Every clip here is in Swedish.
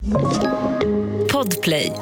Podplay.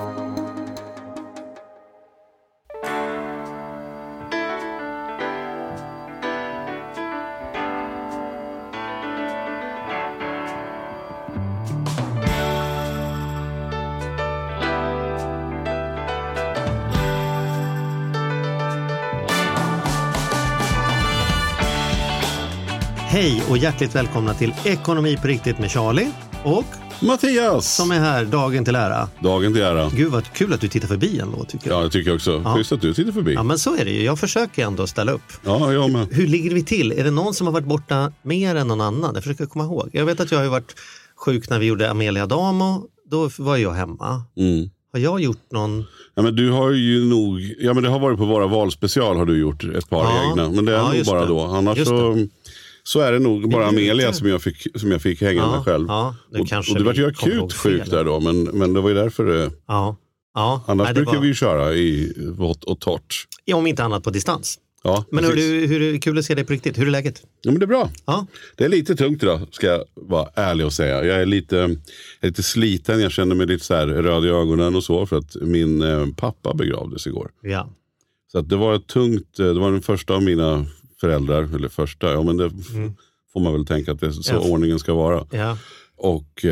Hej och hjärtligt välkomna till Ekonomi på riktigt med Charlie och Mattias som är här dagen till ära. Dagen till ära. Gud vad kul att du tittar förbi ändå, tycker jag. Ja, det tycker jag också. Ja. Schysst att du tittar förbi. Ja, men så är det ju. Jag försöker ändå ställa upp. Ja, jag med. Hur ligger vi till? Är det någon som har varit borta mer än någon annan? Jag försöker komma ihåg. Jag vet att jag har varit sjuk när vi gjorde Amelia Damo. Då var jag hemma. Har jag gjort någon... Ja, men du har ju nog... Ja, men det har varit på våra valspecial har du gjort ett par egna. Men det är nog bara då. Annars så är det nog bara Amelia som jag fick hänga med själv. Ja, och det var ju akut sjuk där då. Men det var ju därför det... Ja. Annars brukar vi ju köra i vått och torrt. Ja, om inte annat på distans. Ja, men hur är det kul att se dig på riktigt? Hur är läget? Ja, men det är bra. Ja. Det är lite tungt idag, ska jag vara ärlig och säga. Jag är lite sliten, jag känner mig lite så här röd i ögonen och så för att min pappa begravdes igår. Ja. Så att det var tungt, det var den första av mina föräldrar, eller första, ja men det får man väl tänka att det är så ordningen ska vara. Ja. Och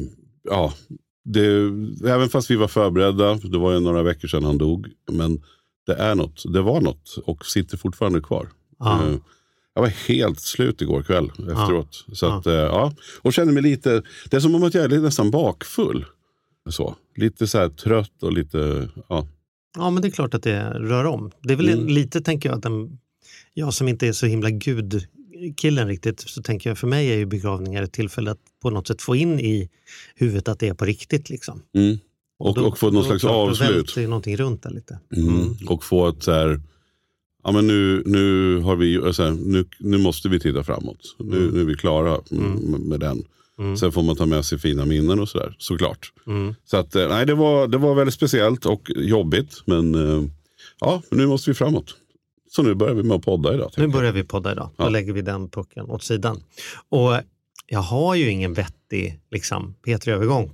även fast vi var förberedda, det var ju några veckor sedan han dog, men det var något och sitter fortfarande kvar. Jag var helt slut igår kväll efteråt. Så att, och kände mig lite, det är som om att jag är nästan bakfull. Så, lite så här trött och lite, Ja, men det är klart att det rör om. Det är väl lite, tänker jag, att jag som inte är så himla gudkillen riktigt, så tänker jag, för mig är ju begravningar ett tillfälle att på något sätt få in i huvudet att det är på riktigt liksom. Och få någon slags avslut. Det är någonting runt där lite. Och få ett så här, ja men nu har vi, så här, nu måste vi titta framåt. Nu är vi klara med den. Sen får man ta med sig fina minnen och sådär, såklart. Så att, nej, det var väldigt speciellt och jobbigt. Men nu måste vi framåt. Så nu börjar vi med att podda idag. Nu börjar vi podda idag. Då lägger vi den pucken åt sidan. Och jag har ju ingen vettig P3-övergång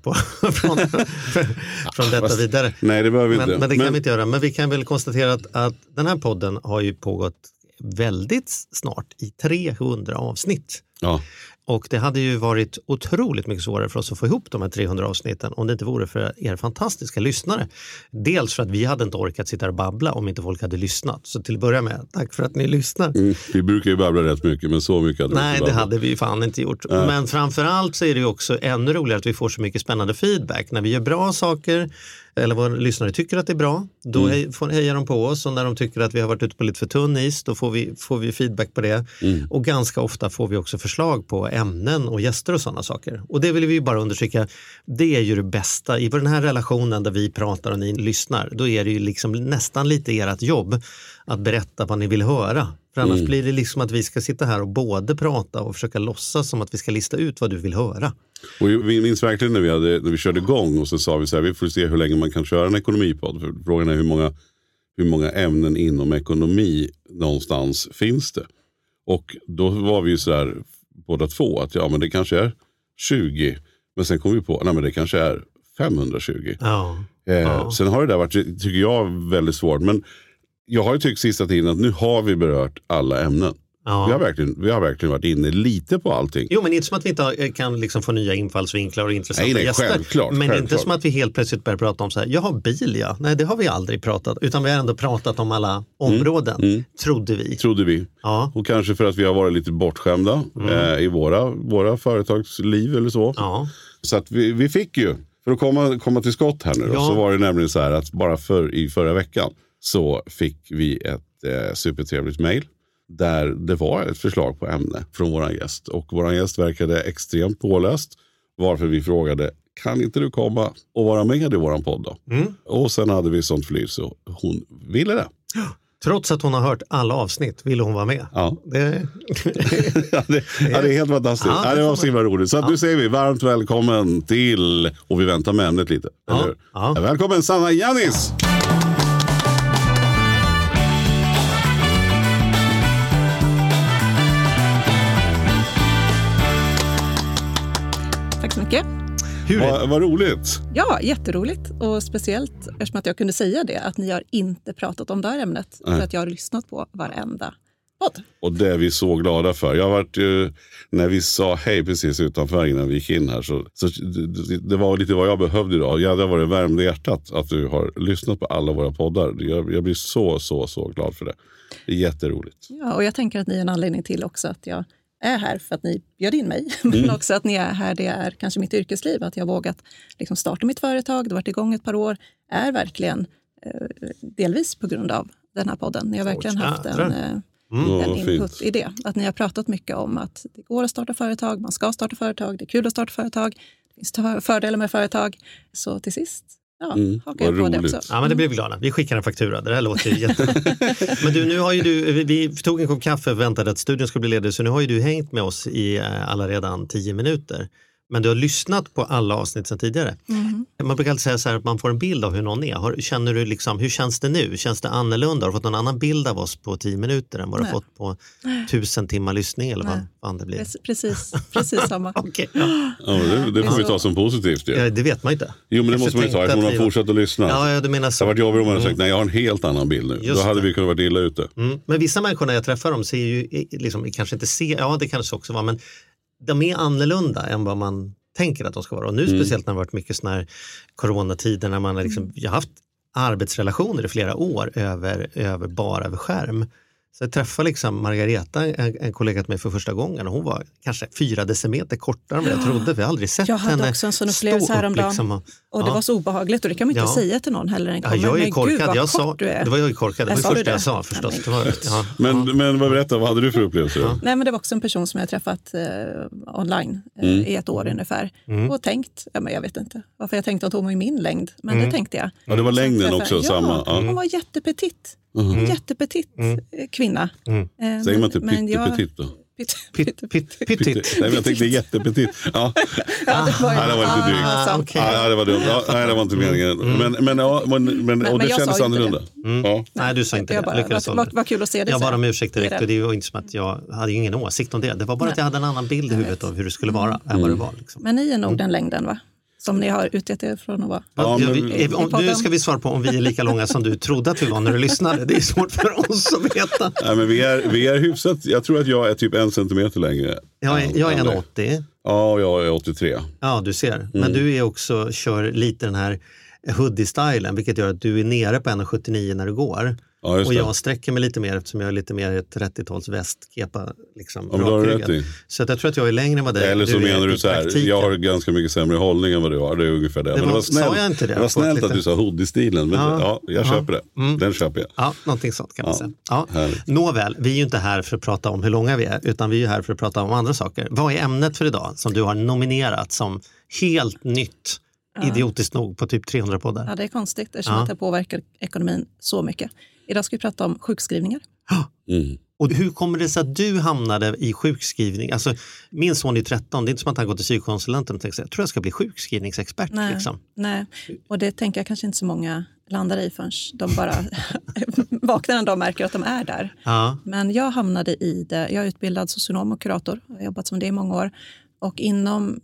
från detta vidare. Nej, det behöver vi inte. Men det kan vi inte göra. Men vi kan väl konstatera att den här podden har ju pågått väldigt snart i 300 avsnitt. Ja. Och det hade ju varit otroligt mycket svårare för oss att få ihop de här 300 avsnitten om det inte vore för er fantastiska lyssnare. Dels för att vi hade inte orkat sitta och babbla om inte folk hade lyssnat. Så till att börja med, tack för att ni lyssnar. Vi brukar ju babbla rätt mycket, men så mycket hade Nej, det hade vi ju fan inte gjort. Men framförallt så är det ju också ännu roligare att vi får så mycket spännande feedback. När vi gör bra saker, eller våra lyssnare tycker att det är bra, då hejar de på oss. Och när de tycker att vi har varit ute på lite för tunn is, då får vi feedback på det. Och ganska ofta får vi också förslag på ämnen och gäster och sådana saker. Och det vill vi ju bara undersöka. Det är ju det bästa. I den här relationen där vi pratar och ni lyssnar, då är det ju liksom nästan lite ert jobb att berätta vad ni vill höra. För annars blir det liksom att vi ska sitta här och både prata och försöka låtsas som att vi ska lista ut vad du vill höra. Och vi minns verkligen när vi körde igång och så sa vi så här, vi får se hur länge man kan köra en ekonomipodd. För frågan är hur många ämnen inom ekonomi någonstans finns det. Och då var vi ju så här båda två att men det kanske är 20. Men sen kom vi på, men det kanske är 520. Sen har det där varit, tycker jag, väldigt svårt. Men jag har ju tyckt sista tiden att nu har vi berört alla ämnen. Ja. Vi har verkligen varit inne lite på allting. Jo, men inte som att vi inte kan få nya infallsvinklar och intressanta gäster. Självklart. Inte som att vi helt plötsligt börjar prata om så här, jag har bil, ja. Nej, det har vi aldrig pratat. Utan vi har ändå pratat om alla områden, trodde vi. Ja. Och kanske för att vi har varit lite bortskämda i våra företagsliv eller så. Ja. Så att vi fick ju, för att komma till skott här nu då, så var det nämligen så här att bara i förra veckan så fick vi ett supertrevligt mejl där det var ett förslag på ämne från våran gäst. Och våran gäst verkade extremt påläst, varför vi frågade, kan inte du komma och vara med i våran podd då? Och sen hade vi sånt flyg så hon ville det. Trots att hon har hört alla avsnitt ville hon vara med. Ja. Det är helt fantastiskt. Ja, det var så himla roligt. Så att nu säger vi varmt välkommen till, och vi väntar med ämnet lite. Eller? Ja. Välkommen Sanna Jannis! Tack så mycket. Vad roligt. Ja, jätteroligt. Och speciellt eftersom att jag kunde säga det, att ni har inte pratat om det här ämnet. För att jag har lyssnat på varenda podd. Och det är vi så glada för. Jag har varit när vi sa hej precis utanför innan vi gick in här. Så det var lite vad jag behövde idag. Jag hade varit värmd i hjärtat att du har lyssnat på alla våra poddar. Jag blir så glad för det. Det är jätteroligt. Ja, och jag tänker att ni är en anledning till också att jag är här för att ni bjöd in mig. Men också att ni är här, det är kanske mitt yrkesliv. Att jag har vågat liksom starta mitt företag, det har varit igång ett par år. Är verkligen delvis på grund av den här podden. Ni har verkligen haft en input i det. Att ni har pratat mycket om att det går att starta företag, man ska starta företag, det är kul att starta företag, det finns fördelar med företag. Så till sist, hakar jag på det också. Ja, men det blir vi glada. Vi skickar en faktura, det här låter ju jättebra. Men du, nu har ju vi tog en kopp kaffe och väntade att studion skulle bli ledig, så nu har ju du hängt med oss i alla redan 10 minuter. Men du har lyssnat på alla avsnitt sedan tidigare. Man brukar alltid säga så här att man får en bild av hur någon är. Känner du liksom, hur känns det nu? Känns det annorlunda? Har du fått någon annan bild av oss på 10 minuter än vad du har fått på 1000 timmar lyssning eller vad fan det blir? Precis samma. Okay, det får vi ta som positivt. Ja, det vet man inte. Jo, men det måste man ju ta eftersom man har fortsatt att lyssna. Ja, du menar så. Det har varit jobbigt om man hade sagt, nej jag har en helt annan bild nu. Just då hade vi kunnat vara illa ute. Men vissa människor när jag träffar dem ser ju, liksom, kanske inte ser, ja det kanske också var, men de är annorlunda än vad man tänker att de ska vara. Och nu speciellt när det har varit mycket såna här coronatider när man har liksom, jag har haft arbetsrelationer i flera år bara över skärm. Så jag träffade liksom Margareta, en kollega till mig för första gången, och hon var kanske 4 decimeter kortare än vad jag trodde. Vi har aldrig sett henne. Jag hade också en sån upplevelse häromdagen. Liksom, och det var så obehagligt, och det kan man inte säga till någon heller. Jag är korkad. Gud, vad kort du är. Det var jag korkad. Det var det första jag sa förstås. Men vad berätta, vad hade du för upplevelse? Nej, men det var också en person som jag träffat online i ett år ungefär. Och tänkt, men jag vet inte varför jag tänkte att hon var i min längd. Men det tänkte jag. Ja, det var längden också, samma. Hon var jättepetit. En jättepetit kvinna. Säger man inte pyttepetit då? Pyttigt. Nej, jag tänkte jättepetit. Ja, det var lite drygt. Ja, det var dumt. Nej, det var inte meningen. Men och det kändes annorlunda. Nej, du sa inte det. Vad kul att se det. Jag bara om ursäkt direkt, och det var inte som att jag hade ingen åsikt om det. Det var bara att jag hade en annan bild i huvudet av hur det skulle vara än vad det var. Liksom. Men ni är nog den längden, va? Som ni har utgett er från att vara. Ja, nu ska vi svara på om vi är lika långa som du trodde att vi var när du lyssnade. Det är svårt för oss att veta. Ja, men vi är hyfsat. Jag tror att jag är typ 1 centimeter längre. Jag är 1,80. Ja, jag är 83. Ja, du ser. Men du är också, kör lite den här hoodie-stylen, vilket gör att du är nere på 1,79 när du går. Ja, och jag sträcker mig lite mer eftersom jag är lite mer ett 30-tals västkepa liksom, rakryggad. Så att jag tror att jag är längre än vad det är. Eller så menar du så här, jag har ganska mycket sämre hållning än vad du har. Det är ungefär det. Men det var snällt, det var snällt att du sa hoodie-stilen. Men jag köper det. Den köper jag. Ja, någonting sånt kan man säga. Ja. Nåväl, vi är ju inte här för att prata om hur långa vi är, utan vi är här för att prata om andra saker. Vad är ämnet för idag som du har nominerat som helt nytt? Idiotiskt nog på typ 300 poddar. Ja, det är konstigt eftersom att det påverkar ekonomin så mycket. Idag ska vi prata om sjukskrivningar. Och hur kommer det sig att du hamnade i sjukskrivning? Alltså, min son är 13, det är inte som att han går till psykkonsulenten och tänker jag tror jag ska bli sjukskrivningsexpert. Nej, och det tänker jag kanske inte så många landar i förrän de bara vaknar en dag och märker att de är där. Ja. Men jag hamnade i det. Jag är utbildad socionom och kurator. Jag har jobbat som det i många år. Och inom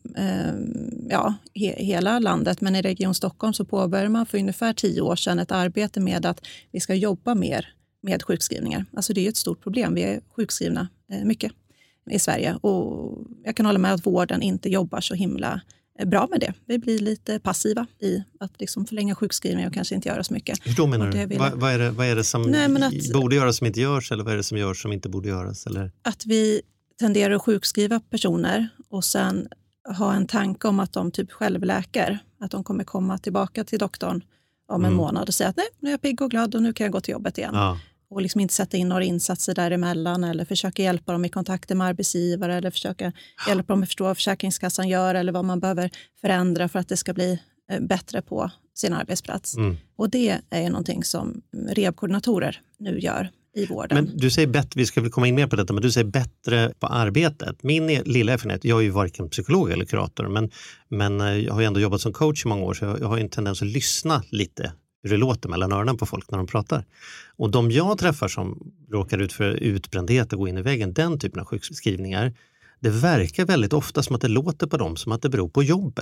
hela landet, men i Region Stockholm så påbörjade man för ungefär 10 år sedan ett arbete med att vi ska jobba mer med sjukskrivningar. Alltså det är ju ett stort problem. Vi är sjukskrivna mycket i Sverige. Och jag kan hålla med att vården inte jobbar så himla bra med det. Vi blir lite passiva i att liksom förlänga sjukskrivningar och kanske inte göra så mycket. Hur då menar du? Vad är det som borde göras som inte görs, eller vad är det som görs som inte borde göras? Eller? Att vi tenderar att sjukskriva personer och sen ha en tanke om att de typ självläker. Att de kommer komma tillbaka till doktorn om en månad och säga att nej, nu är jag pigg och glad och nu kan jag gå till jobbet igen. Ja. Och liksom inte sätta in några insatser däremellan eller försöka hjälpa dem i kontakter med arbetsgivare eller försöka hjälpa dem att förstå vad Försäkringskassan gör eller vad man behöver förändra för att det ska bli bättre på sin arbetsplats. Och det är ju någonting som rehabkoordinatorer nu gör i vården. Men du säger bättre, vi ska väl komma in mer på detta, men du säger bättre på arbetet. Min lilla erfarenhet, jag är ju varken psykolog eller kurator, men jag har ju ändå jobbat som coach i många år, så jag har ju en tendens att lyssna lite hur det låter mellan öronen på folk när de pratar. Och de jag träffar som råkar ut för utbrändhet och gå in i väggen, den typen av sjukskrivningar, det verkar väldigt ofta som att det låter på dem som att det beror på jobbet.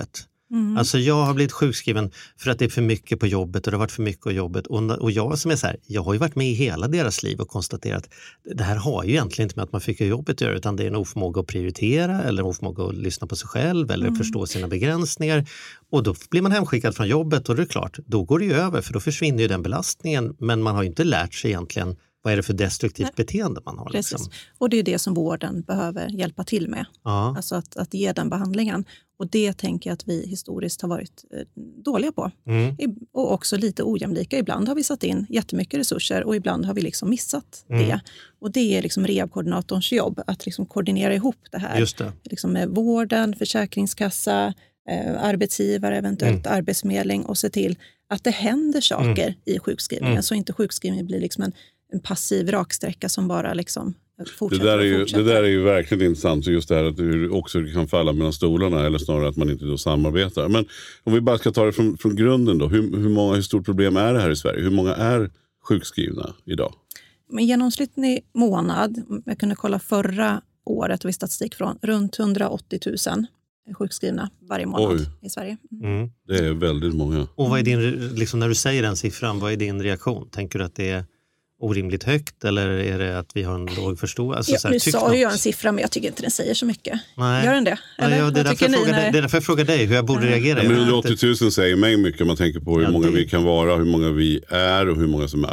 Alltså jag har blivit sjukskriven för att det är för mycket på jobbet och det har varit för mycket på jobbet. Och jag som är så här, jag har ju varit med i hela deras liv och konstaterat att det här har ju egentligen inte med att man fick jobbet att göra, utan det är en oförmåga att prioritera eller en oförmåga att lyssna på sig själv eller förstå sina begränsningar. Och då blir man hemskickad från jobbet och det är klart, då går det ju över för då försvinner ju den belastningen, men man har ju inte lärt sig egentligen vad är det för destruktivt beteende man har. Precis. Liksom. Och det är det som vården behöver hjälpa till med. Ja. Alltså att ge den behandlingen. Och det tänker jag att vi historiskt har varit dåliga på. Och också lite ojämlika. Ibland har vi satt in jättemycket resurser och ibland har vi liksom missat det. Och det är liksom rehabkoordinatorns jobb att liksom koordinera ihop det här. Just det. Liksom med vården, försäkringskassa, arbetsgivare, eventuellt arbetsförmedling och se till att det händer saker i sjukskrivningen. Så inte sjukskrivningen blir liksom en passiv raksträcka som bara liksom fortsätter. Det där är ju verkligen intressant. Just det här att hur också det kan falla mellan stolarna eller snarare att man inte då samarbetar. Men om vi bara ska ta det från grunden då. Hur stort problem är det här i Sverige? Hur många är sjukskrivna idag? Men genomsnittlig månad, jag kunde kolla förra året och vi statistik från runt 180 000 sjukskrivna varje månad i Sverige. Det är väldigt många. Och vad är din, liksom när du säger den siffran, vad är din reaktion? Tänker du att det är orimligt högt eller är det att vi har en låg förståelse? Ja, nu sa jag en siffra men jag tycker inte den säger så mycket. Nej. Gör den det? Eller? Ja, det är därför jag frågar dig hur jag borde reagera. Ja, men 180 000 säger mig mycket. Man tänker på hur många vi kan vara, hur många vi är och hur många som är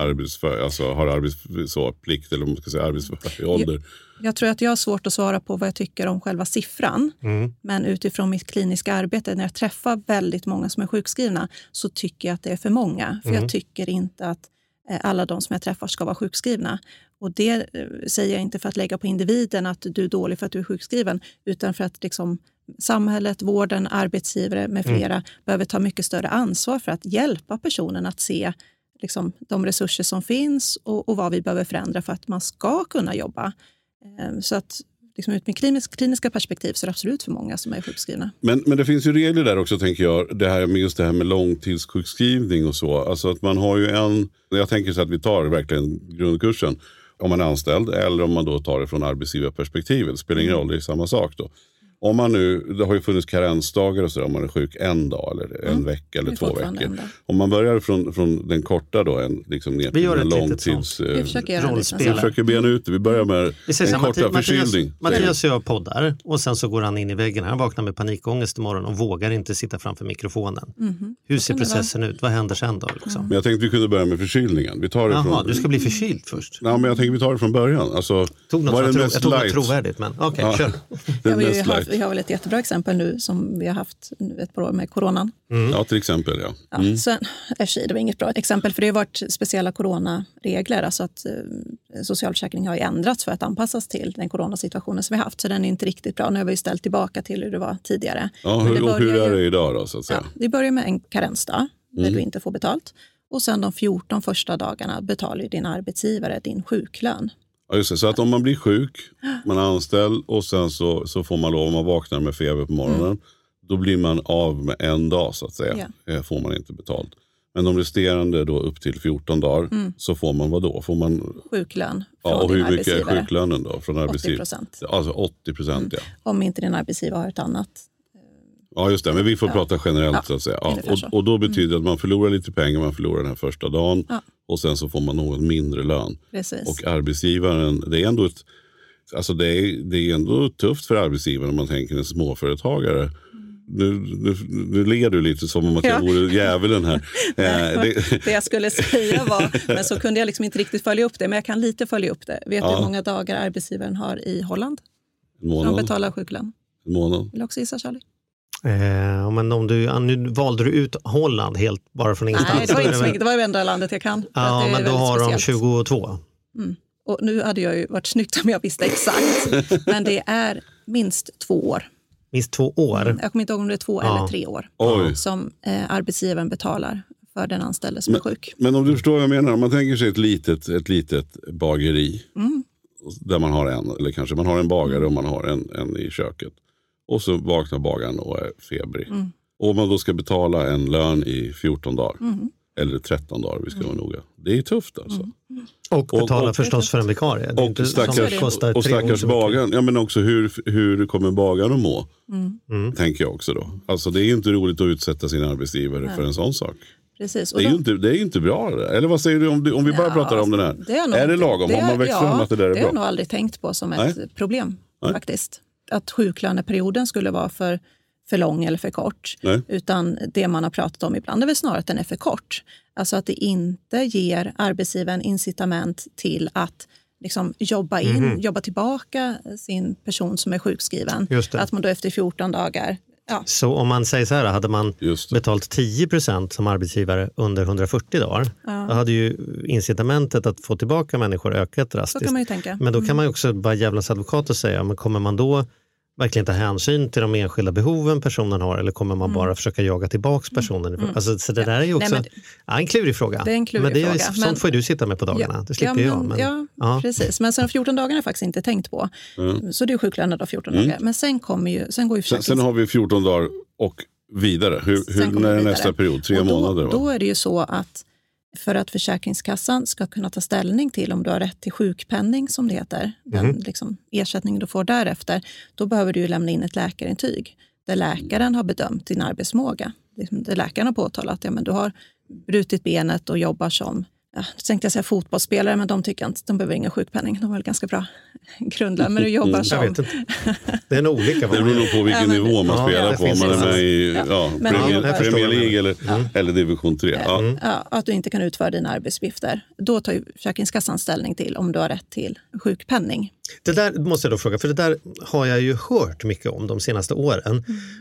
har arbetsplikt eller man ska säga arbetsför ålder. Jag tror att jag har svårt att svara på vad jag tycker om själva siffran. Men utifrån mitt kliniska arbete, när jag träffar väldigt många som är sjukskrivna, så tycker jag att det är för många. För jag tycker inte att alla de som jag träffar ska vara sjukskrivna. Och det säger jag inte för att lägga på individen att du är dålig för att du är sjukskriven, utan för att liksom samhället, vården, arbetsgivare med flera behöver ta mycket större ansvar för att hjälpa personen att se liksom de resurser som finns och vad vi behöver förändra för att man ska kunna jobba. Så att liksom ut med kliniska perspektiv så är det absolut för många som är sjukskrivna. Men det finns ju regler där också, tänker jag, det här med långtidssjukskrivning och så. Alltså att man har ju jag tänker så att vi tar verkligen grundkursen om man är anställd eller om man då tar det från arbetsgivarperspektivet. Det spelar ingen roll, det är samma sak då. Om man nu, det har ju funnits karensdagar och så där, om man är sjuk en dag eller en vecka eller 2 veckor. Om man börjar från den korta då, liksom ner till en långtids rollspel. Vi försöker bena ut det. Vi börjar med en korta förkylning. Mattias och jag poddar och sen så går han in i väggen. Han vaknar med panikångest imorgon och vågar inte sitta framför mikrofonen. Hur ser processen ut? Vad händer sen då? Liksom? Men jag tänkte vi kunde börja med förkylningen. Vi tar det från... du ska bli förkyld först. Ja, men jag tänker vi tar det från början. Alltså, jag tog något trovärdigt, men okej, kör. Vi har väl ett jättebra exempel nu som vi har haft ett par år med coronan. Ja, till exempel, ja. Sen, det var inget bra exempel för det har varit speciella coronaregler. Alltså att socialförsäkringen har ju ändrats för att anpassas till den coronasituationen som vi har haft. Så den är inte riktigt bra. Nu har vi ställt tillbaka till hur det var tidigare. Ja, hur är det idag då, så att säga? Ja, vi börjar med en karensdag där du inte får betalt. Och sen de 14 första dagarna betalar din arbetsgivare din sjuklön. Ja, just det. Så att om man blir sjuk, man är anställd och sen så får man lov, om man vaknar med feber på morgonen, då blir man av med en dag så att säga. Får man inte betalt. Men de resterande då upp till 14 dagar så får man vad då? Får man sjuklön från och din hur mycket arbetsgivare? Är sjuklönen då från arbetsgivaren? 80%. Alltså 80%, ja. Om inte din arbetsgivare har ett annat. Ja, just det. Men vi får prata generellt så att säga. Ja. Och då betyder det att man förlorar lite pengar, man förlorar den här första dagen och sen så får man något mindre lön. Precis. Och arbetsgivaren, det är ändå det är ändå tufft för arbetsgivaren om man tänker en småföretagare. Nu ler du lite som om att jag vore djävulen här. Det jag skulle säga var, men så kunde jag liksom inte riktigt följa upp det, men jag kan lite följa upp det. Vet du hur många dagar arbetsgivaren har i Holland? En månad. De betalar sjuklön. En månad. Vill också gissa, Charlie? Men nu valde du ut Holland helt bara från ingenstans. Nej, det var inte så mycket. Det var ju enda landet jag kan. Ja, men då har de 22. Och nu hade jag ju varit snyggt om jag visste exakt. Men det är minst 2 år. Minst 2 år? Jag kommer inte ihåg om det är 2 eller 3 år. Som arbetsgivaren betalar för den anställde som är sjuk. Men om du förstår vad jag menar. Om man tänker sig ett litet bageri. Där man har eller kanske man har en bagare och man har en i köket. Och så vaknar bagaren och är febrig. Och om man då ska betala en lön i 14 dagar. eller 13 dagar, vi ska vara noga. Det är tufft alltså. Och betala förstås för en vikarie. Och stackars bagaren. Ja, men också hur kommer bagaren att må? Tänker jag också då. Alltså det är ju inte roligt att utsätta sin arbetsgivare för en sån sak. Precis. Det är ju inte bra. Eller vad säger du om vi bara pratar om den här? Är det lagom? Har man växt fram att det där är bra? Det har jag nog aldrig tänkt på som ett problem faktiskt. Att sjuklöneperioden skulle vara för lång eller för kort. Nej. Utan det man har pratat om ibland är väl snarare att den är för kort. Alltså att det inte ger arbetsgivaren incitament till att liksom jobba tillbaka sin person som är sjukskriven. Att man då efter 14 dagar... Ja. Så om man säger så här, hade man betalt 10% som arbetsgivare under 140 dagar, då hade ju incitamentet att få tillbaka människor ökat drastiskt. Så kan man ju tänka. Men då kan man ju också bara jävlas advokat och säga, men kommer man då verkligen ta hänsyn till de enskilda behoven personen har, eller kommer man bara försöka jaga tillbaks personen? Alltså, så det där är ju också en klurig fråga. Det är en klurig fråga. Sånt får du sitta med på dagarna. Det slipper jag. Precis. Men sen 14 dagarna har jag faktiskt inte tänkt på. Så det är sjuklönad av 14 dagar. Men sen går ju Sen har vi 14 dagar och vidare. När är nästa period? 3 månader? Då är det ju så att för att Försäkringskassan ska kunna ta ställning till om du har rätt till sjukpenning, som det heter, den liksom ersättning du får därefter, då behöver du ju lämna in ett läkarintyg där läkaren har bedömt din arbetsmåga. Där läkaren har påtalat att du har brutit benet och jobbar som, tänkte jag säga fotbollsspelare, men de tycker inte, de behöver ingen sjukpenning. De har väl ganska bra grundlön, men du jobbar som... Jag vet inte. Det är nog olika. Det beror nog på vilken nivå man spelar på. Om man är med i Premier League eller division 3. Att du inte kan utföra dina arbetsuppgifter. Då tar ju Försäkringskassan ställning till om du har rätt till sjukpenning. Det där måste jag då fråga, för det där har jag ju hört mycket om de senaste åren.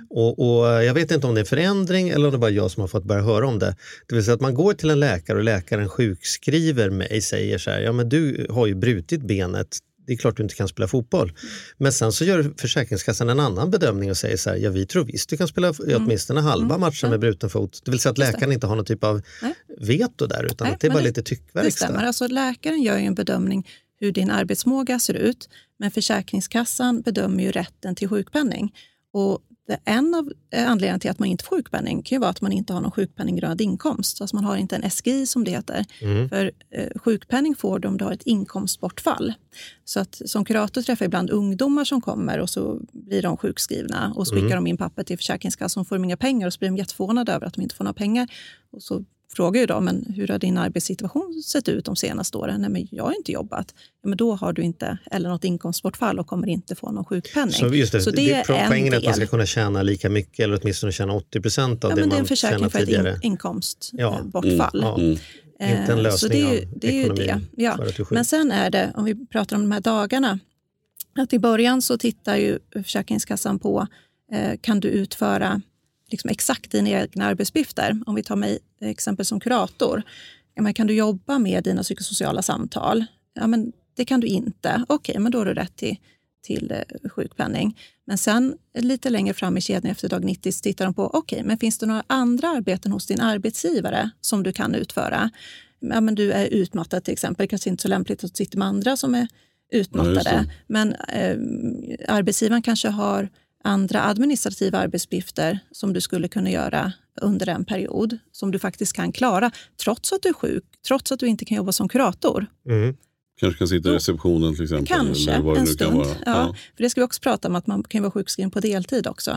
Och jag vet inte om det är en förändring eller om det är bara jag som har fått börja höra om det. Det vill säga att man går till en läkare och läkaren sjukskriver mig, säger så här, ja men du har ju brutit benet, det är klart du inte kan spela fotboll. Men sen så gör Försäkringskassan en annan bedömning och säger så här, ja vi tror visst du kan spela åtminstone halva matchen med bruten fot. Det vill säga att läkaren inte har någon typ av veto där, utan att det är bara lite tyckverkstad. Det stämmer, alltså läkaren gör ju en bedömning hur din arbetsmåga ser ut, men Försäkringskassan bedömer ju rätten till sjukpenning. Och en av anledningarna till att man inte får sjukpenning kan ju vara att man inte har någon sjukpenninggrundande inkomst. Alltså man har inte en SGI som det heter. För sjukpenning får du om du har ett inkomstbortfall. Så att som kurator träffar jag ibland ungdomar som kommer och så blir de sjukskrivna och så skickar de in papper till Försäkringskassan och får de inga pengar och så blir de jätteförvånade över att de inte får några pengar. Och så frågar ju då, men hur har din arbetssituation sett ut de senaste åren? Nej, men jag har inte jobbat. Ja, men då har du inte eller något inkomstbortfall och kommer inte få någon sjukpenning. Så just det, så det är poängen är att man ska kunna tjäna lika mycket eller åtminstone tjäna 80% av det man tjänar tidigare. Det är en försäkring för ett inkomstbortfall. Inte en lösning så det är ju det. Ja. Men sen är det, om vi pratar om de här dagarna, att i början så tittar ju Försäkringskassan på, kan du utföra liksom exakt dina egna arbetsuppgifter. Om vi tar mig exempel som kurator. Kan du jobba med dina psykosociala samtal? Ja, men det kan du inte. Okej, men då har du rätt till sjukpenning. Men sen lite längre fram i kedjan efter dag 90 tittar de på, men finns det några andra arbeten hos din arbetsgivare som du kan utföra? Ja, men du är utmattad till exempel. Det kanske inte är så lämpligt att sitta med andra som är utmattade. Men arbetsgivaren kanske har andra administrativa arbetsuppgifter som du skulle kunna göra under en period som du faktiskt kan klara trots att du är sjuk, trots att du inte kan jobba som kurator. Kanske kan sitta i receptionen till exempel. Kanske, eller vad det en nu stund. Kan vara. Ja. För det ska vi också prata om, att man kan vara sjukskriven på deltid också.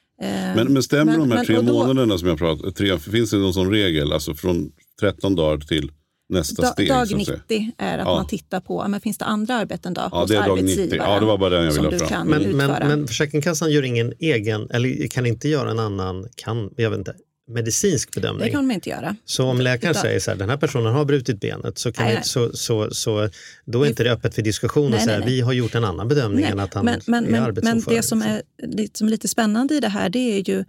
Men stämmer de här 3 månaderna som jag pratade, finns det någon sån regel, alltså från 13 dagar till nästa steg? Dag 90 är att man tittar på, men finns det andra arbeten då hos det är arbetsgivaren? 90. Ja, det var bara den jag ville ha fram. Men Försäkringskassan gör ingen egen, eller kan inte göra en annan, jag vet inte, medicinsk bedömning. Det kan man inte göra. Så om läkaren säger så här, den här personen har brutit benet, så kan så då är inte det öppet för diskussion och säga vi har gjort en annan bedömning än att han är arbetsoför. Men det som är lite spännande i det här, det är ju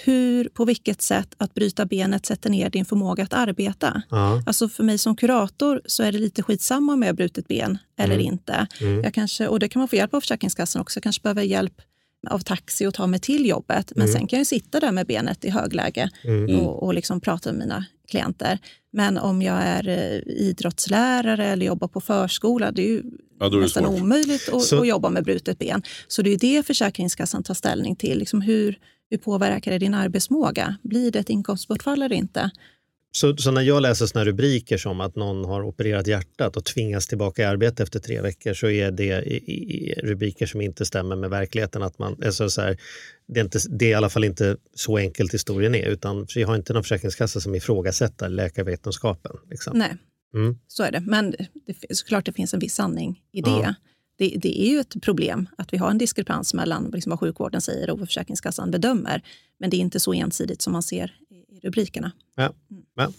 på vilket sätt att bryta benet sätter ner din förmåga att arbeta. Alltså för mig som kurator så är det lite skitsamma om jag har brutit ben eller inte. Och det kan man få hjälp av Försäkringskassan också. Jag kanske behöver hjälp av taxi och ta mig till jobbet. Men sen kan jag sitta där med benet i högläge och liksom prata med mina klienter. Men om jag är idrottslärare eller jobbar på förskola, det är ju nästan omöjligt att jobba med brutet ben. Så det är det Försäkringskassan tar ställning till. Liksom hur påverkar det din arbetsmåga? Blir det ett inkomstbortfall eller inte? Så när jag läser såna rubriker som att någon har opererat hjärtat och tvingas tillbaka i arbete efter 3 veckor, så är det i rubriker som inte stämmer med verkligheten. Att man, alltså så här, det är i alla fall inte så enkelt historien är, utan vi har inte någon försäkringskassa som ifrågasätter läkarvetenskapen. Liksom. Nej, så är det. Men såklart det finns en viss sanning i det. Ja. Det är ju ett problem att vi har en diskrepans mellan liksom vad sjukvården säger och vad Försäkringskassan bedömer. Men det är inte så ensidigt som man ser i rubrikerna. Ja. Ja.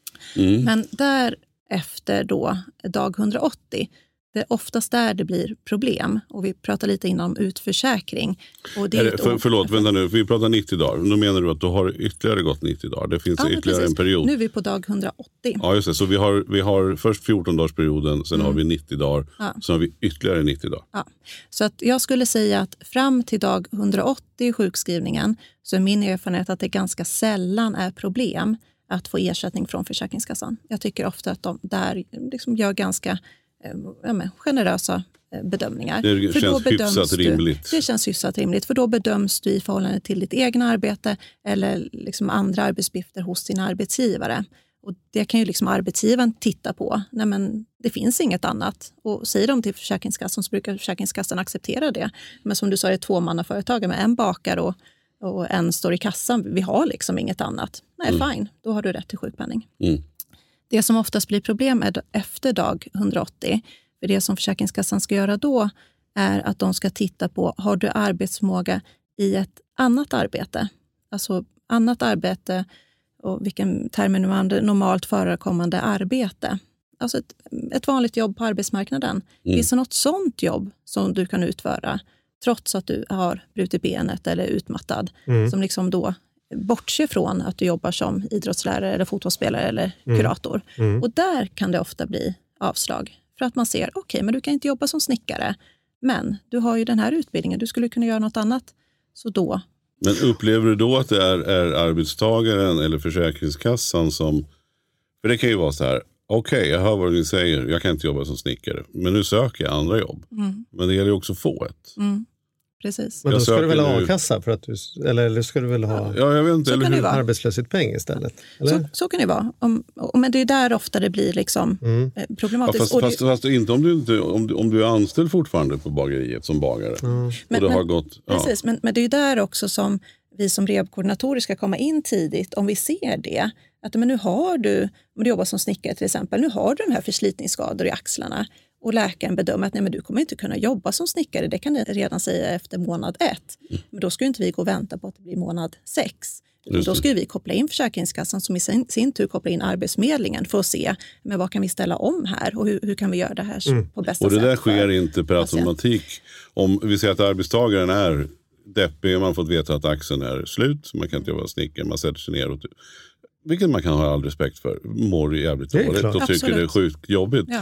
Men därefter då, dag 180, det är oftast där det blir problem. Och vi pratar lite innan om utförsäkring. Och det förlåt, vänta nu. Vi pratar 90 dagar. Då menar du att du har ytterligare gått 90 dagar. Det finns ytterligare en period. Nu är vi på dag 180. Ja, just det. Så vi har först 14-dagsperioden, sen har vi 90 dagar. Ja. Sen har vi ytterligare 90 dagar. Ja. Så att jag skulle säga att fram till dag 180 i sjukskrivningen så är min erfarenhet att det ganska sällan är problem att få ersättning från Försäkringskassan. Jag tycker ofta att de där liksom gör ganska generösa bedömningar. Det för känns hyfsat rimligt. Det känns hyfsat rimligt, för då bedöms du i förhållande till ditt egna arbete eller liksom andra arbetsuppgifter hos din arbetsgivare. Och det kan ju liksom arbetsgivaren titta på. Nej, men det finns inget annat. Och säger de till Försäkringskassan så brukar Försäkringskassan acceptera det. Men som du sa, det är 2-mannaföretag med en bakare och en står i kassan. Vi har liksom inget annat. Nej, fine. Då har du rätt till sjukpenning. Det som oftast blir problem är efter dag 180. För det som Försäkringskassan ska göra då är att de ska titta på, har du arbetsförmåga i ett annat arbete? Alltså annat arbete, och vilken termen nu använder, normalt förekommande arbete. Alltså ett vanligt jobb på arbetsmarknaden. Finns det något sånt jobb som du kan utföra trots att du har brutit benet eller är utmattad? Som liksom då bortser från att du jobbar som idrottslärare eller fotbollsspelare eller kurator. Och där kan det ofta bli avslag. För att man ser, okej, men du kan inte jobba som snickare. Men du har ju den här utbildningen, du skulle kunna göra något annat. Så då... Men upplever du då att det är arbetstagaren eller Försäkringskassan som... För det kan ju vara så här, okej, jag hör vad du säger, jag kan inte jobba som snickare. Men nu söker jag andra jobb. Men det gäller ju också att få ett. Precis. Men då ska du väl ha a-kassa för att du, eller ska du väl ha jag vet inte, eller arbetslöshetspeng istället? Eller? Så kan det vara. Men det är där ofta det blir liksom problematiskt. Ja, fast inte om du är anställd fortfarande på bageriet som bagare. Precis, men det är ju där också som vi som rehabkoordinatorer ska komma in tidigt om vi ser det. Att men nu har du, om du jobbar som snickare till exempel, nu har du de här förslitningsskador i axlarna. Och läkaren bedömer att nej, men du kommer inte kunna jobba som snickare. Det kan ni redan säga efter månad 1. Men då ska inte vi gå och vänta på att det blir månad 6. Då ska vi koppla in Försäkringskassan som i sin tur kopplar in Arbetsförmedlingen för att se men vad kan vi ställa om här och hur kan vi göra det här på bästa sätt. Och det där sker inte per automatik. Om vi säger att arbetstagaren är deppig, man har fått veta att axeln är slut, man kan inte jobba snickare, man sätter sig ner och... Vilket man kan ha all respekt för. Mår jävligt dåligt och tycker det är sjukt jobbigt. Ja.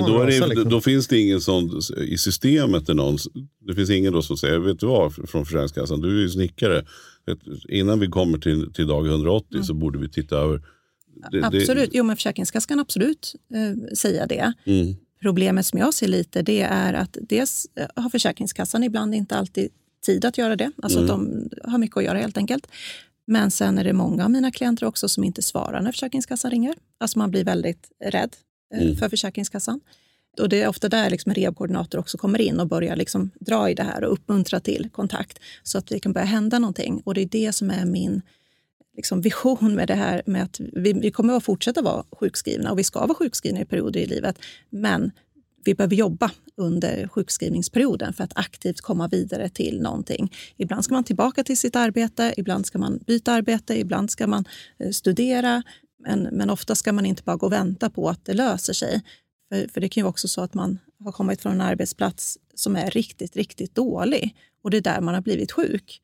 Men då finns det ingen sån i systemet. Det finns ingen då som säger, vet du vad, från Försäkringskassan, du är ju snickare. Innan vi kommer till dag 180 så borde vi titta över... Absolut, jo men Försäkringskassan kan absolut säga det. Problemet som jag ser lite, det är att dels har Försäkringskassan ibland inte alltid tid att göra det. Alltså att de har mycket att göra helt enkelt. Men sen är det många av mina klienter också som inte svarar när Försäkringskassan ringer. Alltså man blir väldigt rädd för Försäkringskassan. Och det är ofta där liksom en rehabkoordinator också kommer in och börjar liksom dra i det här och uppmuntra till kontakt. Så att det kan börja hända någonting. Och det är det som är min liksom vision med det här. Med att vi kommer att fortsätta vara sjukskrivna och vi ska vara sjukskrivna i perioder i livet. Men vi behöver jobba under sjukskrivningsperioden för att aktivt komma vidare till någonting. Ibland ska man tillbaka till sitt arbete, ibland ska man byta arbete, ibland ska man studera. Men ofta ska man inte bara gå och vänta på att det löser sig. För det kan ju också så att man har kommit från en arbetsplats som är riktigt, riktigt dålig. Och det är där man har blivit sjuk.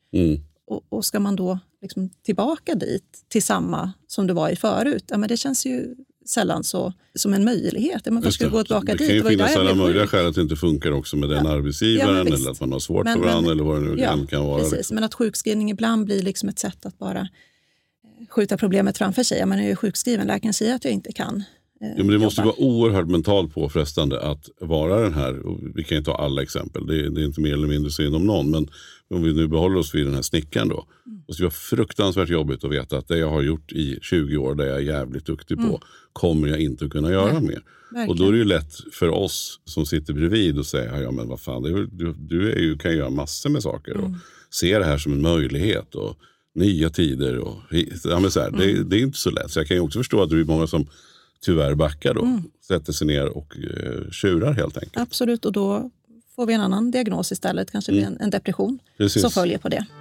Och ska man då liksom tillbaka dit till samma som det var i förut? Ja, men det känns ju sällan så som en möjlighet. Man ska gå tillbaka dit. Det kan ju finnas alla möjliga skäl att det inte funkar också med den arbetsgivaren eller att man har svårt för varandra eller vad det nu kan vara. Precis. Liksom. Men att sjukskrivning ibland blir liksom ett sätt att bara skjuta problemet framför sig. Man är ju sjukskriven, läkaren säger att jag inte kan men det måste vara oerhört mentalt påfrestande att vara den här, och vi kan ju ta alla exempel, det är inte mer eller mindre synd om någon, men om vi nu behåller oss vid den här snickaren då, och så är det fruktansvärt jobbigt att veta att det jag har gjort i 20 år, det jag är jävligt duktig på, kommer jag inte att kunna göra mer. Verkligen. Och då är det ju lätt för oss som sitter bredvid och säger, ja men vad fan, du kan göra massor med saker och se det här som en möjlighet och nya tider och ja, men så här, det är inte så lätt. Så jag kan ju också förstå att det är många som tyvärr backar då, sätter sig ner och tjurar helt enkelt. Absolut, och då får vi en annan diagnos istället, kanske blir en depression som följer på det.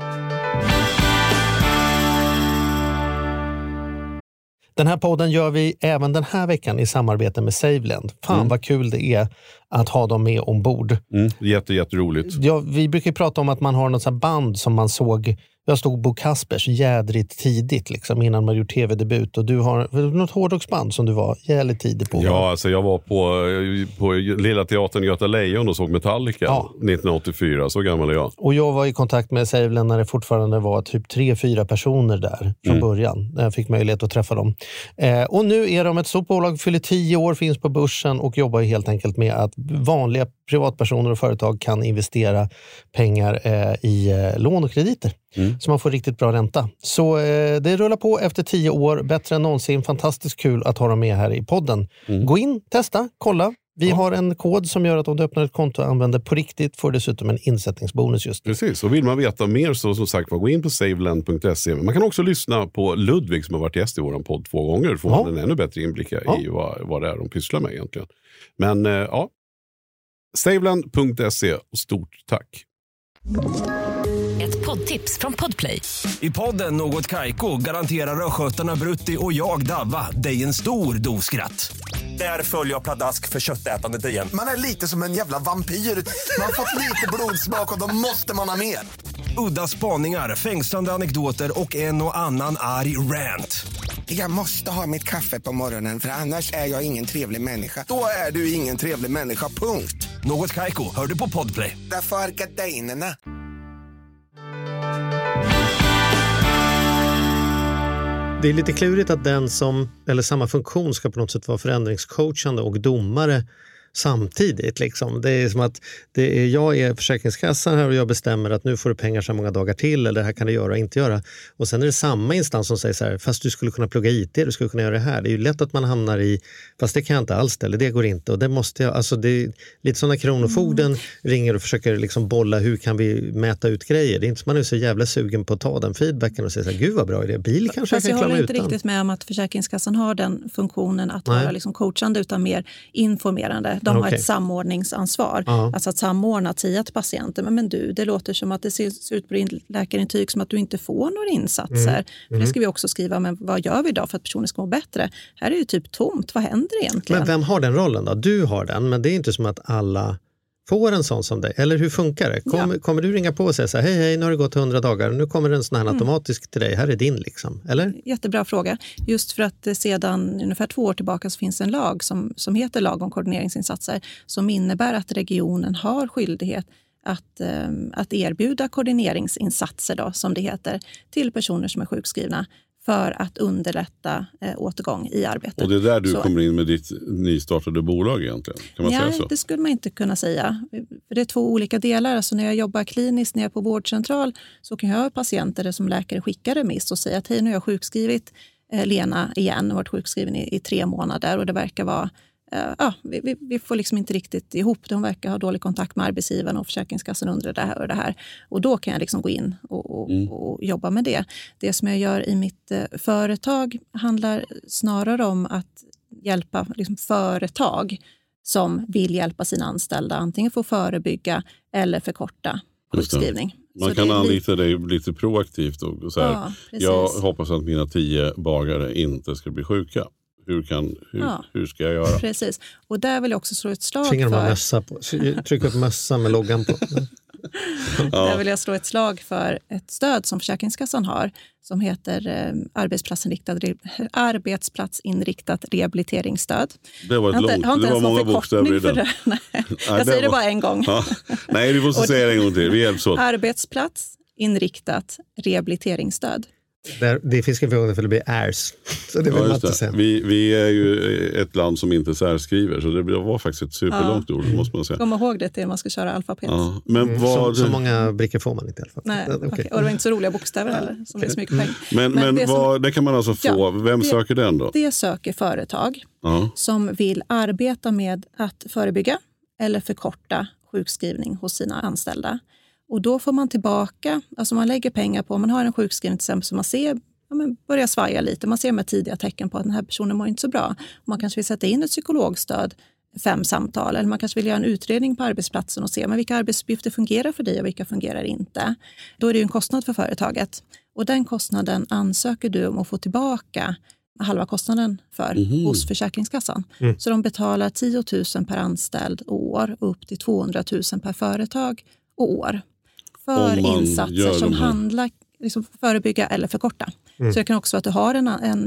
Den här podden gör vi även den här veckan i samarbete med SaveLend. Fan vad kul det är att ha dem med ombord. Jätteroligt. Ja, vi brukar prata om att man har något sånt band som man såg. Jag stod Bo Kaspers jädrigt tidigt liksom, innan man gjort tv-debut. Och du har något hårdrocksband som du var jävligt tidig på. Ja, alltså jag var på Lilla Teatern Göta Lejon och såg Metallica 1984. Så gammal är jag. Och jag var i kontakt med SaveLend när det fortfarande var typ 3-4 personer där från början. När jag fick möjlighet att träffa dem. Och nu är de ett stort bolag, fyller 10 år, finns på börsen och jobbar helt enkelt med att vanliga privatpersoner och företag kan investera pengar i lån och krediter. Så man får riktigt bra ränta. Så det rullar på efter 10 år, bättre än någonsin. Fantastiskt kul att ha dem med här i podden. Gå in, testa, kolla. Vi har en kod som gör att om du öppnar ett konto och använder på riktigt får dessutom en insättningsbonus just nu. Precis, och vill man veta mer så som sagt gå in på savelend.se. Man kan också lyssna på Ludvig som har varit gäst i vår podd 2 gånger. Får man en ännu bättre inblick i vad det är de pysslar med egentligen. Men savelend.se och stort tack. Ett poddtips från Podplay. I podden Något Kaiko garanterar röskötarna Brutti och jag Davva dig en stor doskratt. Där följer jag pladask för köttätandet igen. Man är lite som en jävla vampyr. Man har fått lite blodsmak och då måste man ha mer. Udda spaningar, fängslande anekdoter och en och annan arg rant. Jag måste ha mitt kaffe på morgonen för annars är jag ingen trevlig människa. Då är du ingen trevlig människa, punkt. Något Kaiko, hör du på Podplay. Därför är gardinerna. Det är lite klurigt att den som, eller samma funktion ska på något sätt vara förändringscoachande och domare samtidigt. Liksom. Det är som att jag är Försäkringskassan här och jag bestämmer att nu får du pengar så många dagar till eller det här kan du göra och inte göra. Och sen är det samma instans som säger så här, fast du skulle kunna plugga IT, du skulle kunna göra det här. Det är ju lätt att man hamnar i, fast det kan jag inte alls eller det går inte och det måste jag. Alltså det är lite som när kronofogden ringer och försöker liksom bolla hur kan vi mäta ut grejer. Det är inte som man är så jävla sugen på att ta den feedbacken och säga så här, gud vad bra idé, bil kanske fast jag kan klara utan. Jag håller håller inte riktigt med om att Försäkringskassan har den funktionen att vara liksom coachande utan mer informerande. De har ett samordningsansvar. Alltså att samordna 10 patienter. Men du, det låter som att det ser ut på din läkarintyg som att du inte får några insatser. För det ska vi också skriva, men vad gör vi då för att personen ska må bättre? Här är ju typ tomt. Vad händer egentligen? Men vem har den rollen då? Du har den, men det är inte som att alla får en sån som dig. Eller hur funkar det? Kommer du ringa på och säga så här, hej, nu har det gått 100 dagar. Nu kommer en sån här automatisk till dig. Här är din liksom. Eller? Jättebra fråga. Just för att sedan ungefär 2 år tillbaka så finns en lag som heter lag om koordineringsinsatser. Som innebär att regionen har skyldighet att erbjuda koordineringsinsatser då, som det heter, till personer som är sjukskrivna. För att underlätta återgång i arbetet. Och det är där du kommer in med ditt nystartade bolag egentligen? Kan man säga så? Det skulle man inte kunna säga. För det är 2 olika delar. Alltså när jag jobbar kliniskt, när jag är på vårdcentral så kan jag ha patienter som läkare skickar remiss och säger att hej, nu har jag sjukskrivit Lena igen och varit sjukskriven i 3 månader och det verkar vara vi får liksom inte riktigt ihop det. Hon verkar ha dålig kontakt med arbetsgivaren och Försäkringskassan undrar det här och det här. Och då kan jag liksom gå in och jobba med det. Det som jag gör i mitt företag handlar snarare om att hjälpa liksom företag som vill hjälpa sina anställda. Antingen få förebygga eller förkorta sjukskrivning. Man kan anlita dig lite proaktivt och så här, jag hoppas att mina 10 bagare inte ska bli sjuka. Hur ska jag göra? Precis. Och där vill jag också slå ett slag Tvingar för... de mössa på. Trycka upp mössa med loggan på. Där vill jag slå ett slag för ett stöd som Försäkringskassan har som heter arbetsplatsinriktat rehabiliteringsstöd. Det var det var många bokstäver i den. Jag säger det bara en gång. Ja. Nej, du måste säga det en gång till. Vi hjälps åt. Arbetsplatsinriktat rehabiliteringsstöd. Det finns en fråga för det blir ärs. Så det vill man inte säga. Vi är ju ett land som inte särskriver, så det var faktiskt ett superlångt ord, måste man säga. Kom ihåg det till man ska köra alfabet. Ja. Men så många brickor får man inte i alla fall. Nej, okay. Och det var inte så roliga bokstäver heller, som det är så mycket poäng. Men det kan man alltså få. Vem söker den då? Det söker företag som vill arbeta med att förebygga eller förkorta sjukskrivning hos sina anställda. Och då får man tillbaka, alltså man lägger pengar på, man har en sjukskrivning till exempel som man ser börjar svaja lite, man ser med tidiga tecken på att den här personen mår inte så bra. Man kanske vill sätta in ett psykologstöd, 5 samtal, eller man kanske vill göra en utredning på arbetsplatsen och se vilka arbetsuppgifter fungerar för dig och vilka fungerar inte. Då är det ju en kostnad för företaget. Och den kostnaden ansöker du om att få tillbaka halva kostnaden för hos Försäkringskassan. Så de betalar 10 000 per anställd och år och upp till 200 000 per företag och år. För insatser som handlar liksom förebygga eller förkorta. Så det kan också vara att du har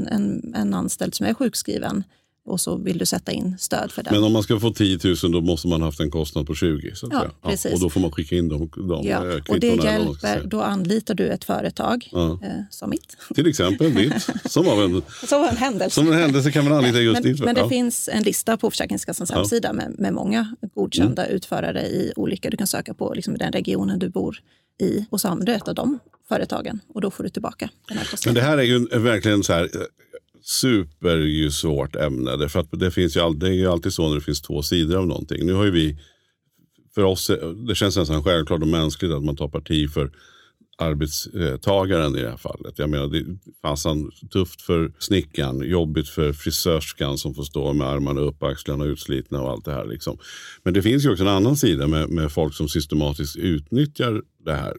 en anställd som är sjukskriven och så vill du sätta in stöd för den. Men om man ska få 10 000 då måste man ha haft en kostnad på 20. Så att säga. Precis. Och då får man skicka in de och det hjälper, då anlitar du ett företag som mitt. Till exempel ditt. Som en händelse. Som en händelse kan man anlita just ditt. Men det finns en lista på Försäkringskassans hemsida med många godkända utförare i olika. Du kan söka på liksom den regionen du bor i och så använder du ett av de företagen och då får du tillbaka den här kostnaden. Men det här är ju verkligen så här super ju svårt ämne. För att det är ju alltid så när det finns 2 sidor av någonting. Nu har ju vi, för oss, det känns nästan självklart och mänskligt att man tar parti för arbetstagaren i det här fallet. Jag menar, det är fasen tufft för snickaren, jobbigt för frisörskan som får stå med armarna upp, axlarna utslitna och allt det här liksom. Men det finns ju också en annan sida med folk som systematiskt utnyttjar det här.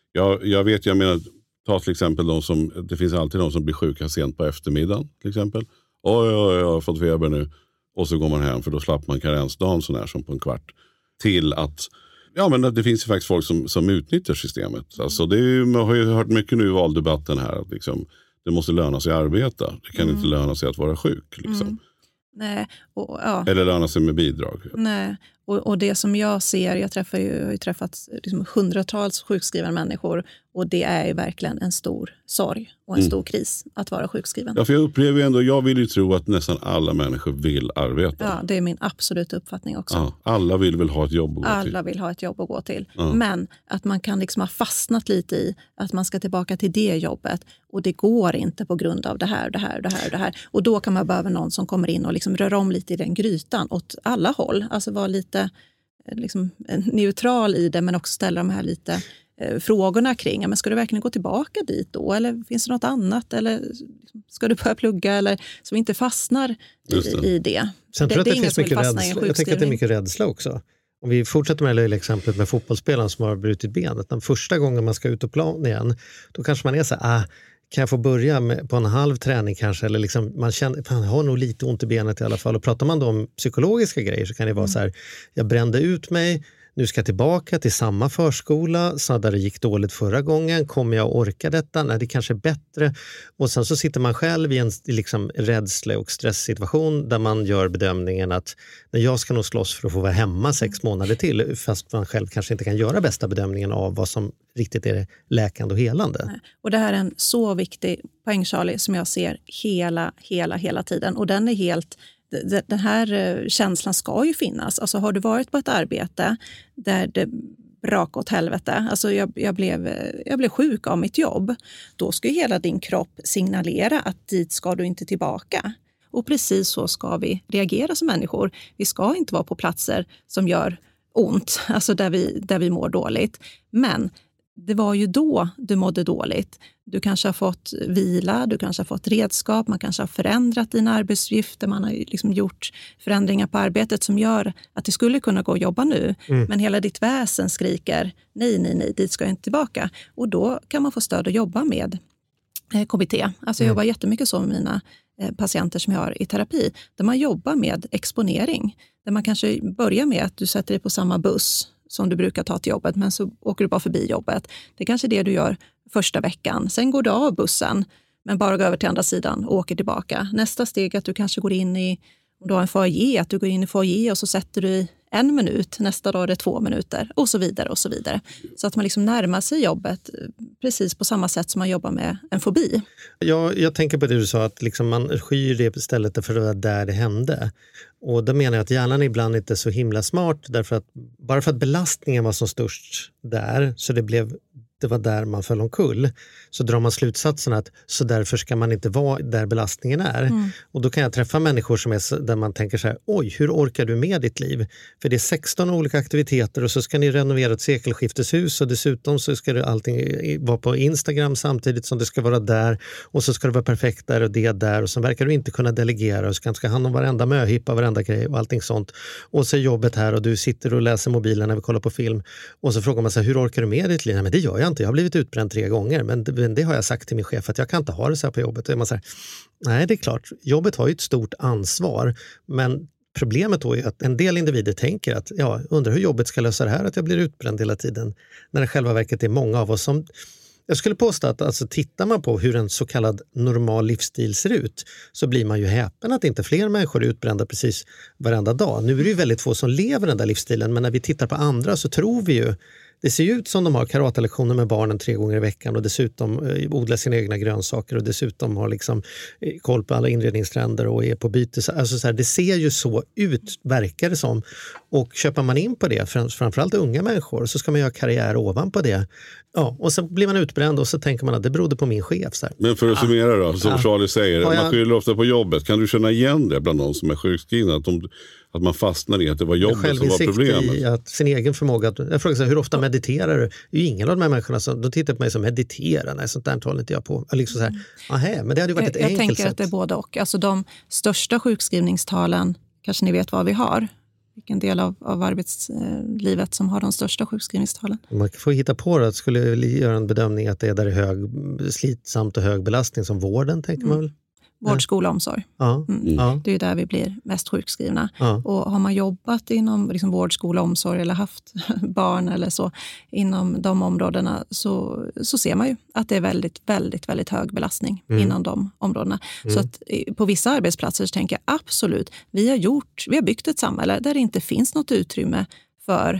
Jag menar, ta till exempel det finns alltid de som blir sjuka sent på eftermiddagen till exempel. Jag har fått feber nu. Och så går man hem för då slapp man karensdagen sån här som på en kvart. Till att, men det finns ju faktiskt folk som utnyttjar systemet. Alltså man har ju hört mycket nu i valdebatten här att liksom, det måste löna sig att arbeta. Det kan inte löna sig att vara sjuk liksom. Nej. Eller löna sig med bidrag. Nej. Och det som jag ser, jag har ju träffat liksom hundratals sjukskrivna människor och det är ju verkligen en stor sorg och en stor kris att vara sjukskriven. Ja, för jag upplever ju ändå, jag vill ju tro att nästan alla människor vill arbeta. Ja, det är min absoluta uppfattning också. Ja, alla vill väl ha ett jobb att gå till. Alla vill ha ett jobb att gå till. Ja. Men att man kan liksom ha fastnat lite i att man ska tillbaka till det jobbet och det går inte på grund av det här. Och då kan man behöva någon som kommer in och liksom rör om lite i den grytan åt alla håll. Alltså vara lite liksom neutral i det men också ställa de här lite frågorna kring, men ska du verkligen gå tillbaka dit då? Eller finns det något annat? Eller ska du börja plugga? Eller så vi inte fastnar i det. Sen tror jag att det finns mycket rädsla. Jag tänker att det är mycket rädsla också. Om vi fortsätter med det lilla exemplet med fotbollsspelaren som har brutit benet. Den första gången man ska ut och plan igen, då kanske man är så här, kan jag få börja på en halv träning kanske? Eller liksom, man har nog lite ont i benet i alla fall. Och pratar man då om psykologiska grejer så kan det vara så här, jag brände ut mig, nu ska jag tillbaka till samma förskola, så där det gick dåligt förra gången, kommer jag orka detta? Nej, det kanske är bättre. Och sen så sitter man själv i en liksom rädsla- och stresssituation där man gör bedömningen att jag ska nog slåss för att få vara hemma 6 månader till, fast man själv kanske inte kan göra bästa bedömningen av vad som riktigt är läkande och helande. Och det här är en så viktig poäng, Charlie, som jag ser hela tiden. Och den är helt... Den här känslan ska ju finnas. Alltså har du varit på ett arbete där det brak åt helvete, alltså jag blev sjuk av mitt jobb, då ska ju hela din kropp signalera att dit ska du inte tillbaka. Och precis så ska vi reagera som människor. Vi ska inte vara på platser som gör ont, alltså där vi mår dåligt. Men det var ju då du mådde dåligt. Du kanske har fått vila, du kanske har fått redskap, man kanske har förändrat dina arbetsuppgifter, man har liksom gjort förändringar på arbetet som gör att det skulle kunna gå att jobba nu. Men hela ditt väsen skriker, nej, dit ska jag inte tillbaka. Och då kan man få stöd att jobba med KBT. Alltså jag jobbar jättemycket så med mina patienter som jag har i terapi, där man jobbar med exponering. Där man kanske börjar med att du sätter dig på samma buss som du brukar ta till jobbet, men så åker du bara förbi jobbet. Det är kanske det du gör första veckan. Sen går du av bussen, men bara går över till andra sidan och åker tillbaka. Nästa steg är att du kanske går in i, om du har en foyer, att du går in i foyer och så sätter du i 1 minut, nästa dag är det 2 minuter och så vidare och så vidare. Så att man liksom närmar sig jobbet precis på samma sätt som man jobbar med en fobi. Jag tänker på det du sa, att liksom man skyr det istället för att det där det hände. Och då menar jag att hjärnan ibland inte är så himla smart, därför att bara för att belastningen var som störst där, så det var där man föll omkull, så drar man slutsatsen att så därför ska man inte vara där belastningen är. Och då kan jag träffa människor som är där man tänker så här, oj, hur orkar du med ditt liv? För det är 16 olika aktiviteter och så ska ni renovera ett sekelskifteshus och dessutom så ska det allting vara på Instagram samtidigt som det ska vara där, och så ska det vara perfekt där och det där, och så verkar du inte kunna delegera och ska hand om varenda möhippa, varenda grej och allting sånt. Och så är jobbet här och du sitter och läser mobilen när vi kollar på film, och så frågar man sig, hur orkar du med ditt liv? Nej, men det gör jag inte. Jag har blivit utbränd 3 gånger, men det har jag sagt till min chef att jag kan inte ha det så här på jobbet. Och man säger, nej, det är klart, jobbet har ju ett stort ansvar, men problemet då är att en del individer tänker att undrar hur jobbet ska lösa det här, att jag blir utbränd hela tiden, när det själva verket är många av oss som... Jag skulle påstå att alltså, tittar man på hur en så kallad normal livsstil ser ut, så blir man ju häpen att inte fler människor är utbrända precis varenda dag. Nu är det ju väldigt få som lever den där livsstilen, men när vi tittar på andra så tror vi ju, det ser ju ut som de har karatelektioner med barnen 3 gånger i veckan och dessutom odlar sina egna grönsaker och dessutom har liksom koll på alla inredningstrender och är på byte. Alltså så här, det ser ju så ut, verkar det som. Och köper man in på det, framförallt unga människor, så ska man göra karriär ovanpå det. Ja, och så blir man utbränd och så tänker man att det berodde på min chef. Så här. Men för att summera då, som Charlie säger, man skyller ofta på jobbet. Kan du känna igen det bland de som är sjukskrivna? Att man fastnar i att det var jobbet som var problemet? I att sin egen förmåga. Jag frågar så här, hur ofta mediterar du? Det är ju ingen av de här människorna som då tittar på mig som mediterar. Nej, sånt där talar inte jag på. Liksom så här, men det hade ju varit ett enkelt sätt. Jag tänker att det är både och. Alltså de största sjukskrivningstalen, kanske ni vet vad vi har. Vilken del av arbetslivet som har de största sjukskrivningstalen? Man får hitta på det. Att skulle göra en bedömning att det är där det är slitsamt och hög belastning som vården, tänker man väl? Vård, skola, omsorg. Det är ju där vi blir mest sjukskrivna. Och har man jobbat inom liksom vård, skola, omsorg eller haft barn eller så inom de områdena, så ser man ju att det är väldigt, väldigt, väldigt hög belastning inom de områdena. Så att på vissa arbetsplatser så tänker jag absolut, vi har byggt ett samhälle där det inte finns något utrymme för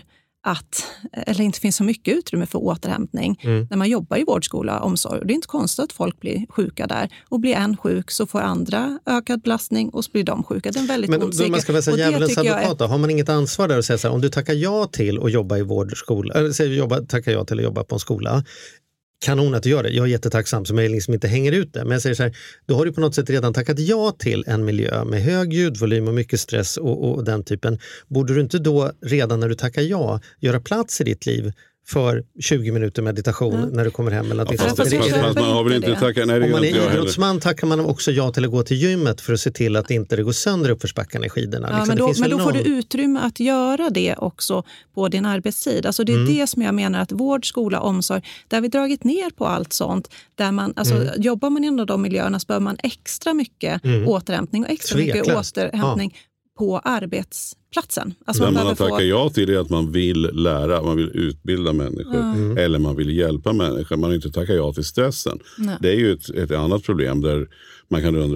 eller inte finns så mycket utrymme för återhämtning när man jobbar i vård, skola, omsorg. Och det är inte konstigt att folk blir sjuka där. Och blir en sjuk så får andra ökad belastning och så blir de sjuka. Det är en väldigt ond cirkel. Man ska väl säga djävulens advokat. Har man inget ansvar där och säga så här, om du tackar ja till att jobba i vård, skola, eller tackar ja till att jobba på en skola, kanon att du gör det. Jag är jättetacksam som jag liksom inte hänger ut det. Men jag säger så här, då har du på något sätt redan tackat ja till en miljö med hög ljudvolym och mycket stress och den typen. Borde du inte då redan när du tackar ja göra plats i ditt liv för 20 minuter meditation när du kommer hem? Eller fast man har väl inte tackat, nej, det. Om man är idrottsman tackar man också ja till att gå till gymmet för att se till att inte det går sönder uppförsbackarna i skidorna. Ja, liksom, men då får du utrymme att göra det också på din arbetstid. Alltså det är det som jag menar att vård, skola, omsorg, där vi dragit ner på allt sånt, där man, jobbar man inom de miljöerna så behöver man extra mycket återhämtning och extra mycket återhämtning på arbetsplatsen. Alltså man har tackat ja till det att man vill lära, man vill utbilda människor eller man vill hjälpa människor. Man har inte tackat ja till stressen. Nej. Det är ju ett annat problem där man kan undra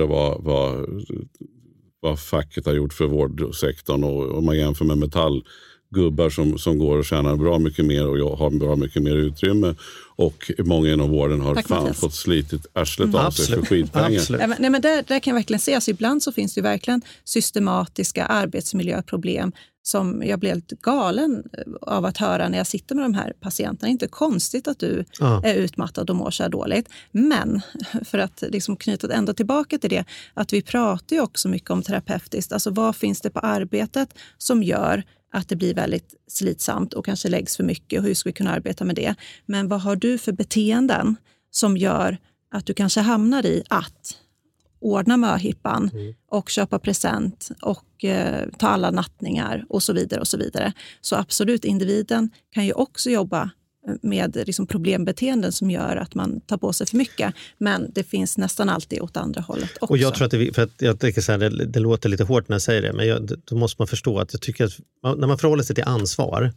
vad facket har gjort för vårdsektorn, och om man jämför med metallgubbar som går och tjänar bra mycket mer och har bra mycket mer utrymme, och många inom vården har fått slitit arslet av sig för skitpengar. Nej, men där kan jag verkligen se, alltså ibland så finns det ju verkligen systematiska arbetsmiljöproblem som jag blir helt galen av att höra när jag sitter med de här patienterna. Det är inte konstigt att du är utmattad och mår så här dåligt. Men för att liksom knyta ändå tillbaka till det, att vi pratar ju också mycket om terapeutiskt. Alltså vad finns det på arbetet som gör att det blir väldigt slitsamt och kanske läggs för mycket, och hur ska vi kunna arbeta med det? Men vad har du för beteenden som gör att du kanske hamnar i att ordna möhippan och köpa present och ta alla nattningar och så vidare och så vidare. Så absolut, individen kan ju också jobba med liksom problembeteenden som gör att man tar på sig för mycket. Men det finns nästan alltid åt andra hållet också. Och jag tror att för att jag tänker så här, det låter lite hårt när jag säger det, men då måste man förstå att jag tycker att när man förhåller sig till ansvar,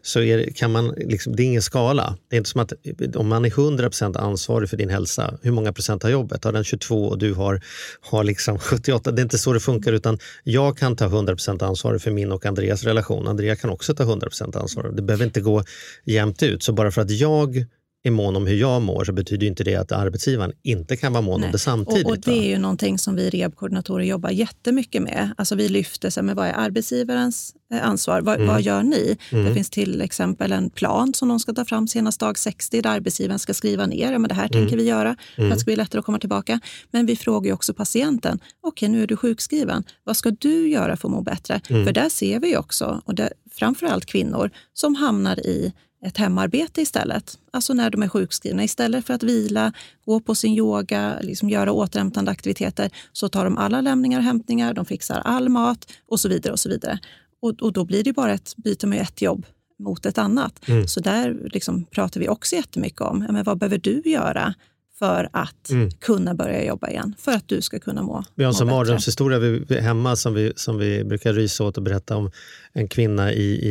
så kan man liksom, det är ingen skala. Det är inte som att om man är 100% ansvarig för din hälsa, hur många procent har jobbet? Har den 22 och du har liksom 78? Det är inte så det funkar, utan jag kan ta 100% ansvar för min och Andreas relation. Andrea kan också ta 100% ansvar. Det behöver inte gå jämnt ut. Så bara för att jag är mån om hur jag mår så betyder inte det att arbetsgivaren inte kan vara mån om det samtidigt. Och det är ju någonting som vi rehabkoordinatorer jobbar jättemycket med. Alltså vi lyfter sig med vad är arbetsgivarens ansvar? Vad gör ni? Det finns till exempel en plan som de ska ta fram senast dag 60 där arbetsgivaren ska skriva ner. Men det här tänker vi göra för att det ska bli lättare att komma tillbaka. Men vi frågar ju också patienten. Okej, nu är du sjukskriven. Vad ska du göra för att må bättre? För där ser vi också, och det, framförallt kvinnor som hamnar i ett hemarbete istället. Alltså när de är sjukskrivna. Istället för att vila, gå på sin yoga, liksom göra återhämtande aktiviteter, så tar de alla lämningar och hämtningar, de fixar all mat och så vidare och så vidare. Och då blir det bara byter med ett jobb mot ett annat. Så där liksom pratar vi också jättemycket om. Men vad behöver du göra för att kunna börja jobba igen? För att du ska kunna må Vi har en sån bättre. mardrömshistoria hemma som vi brukar rysa åt och berätta om. En kvinna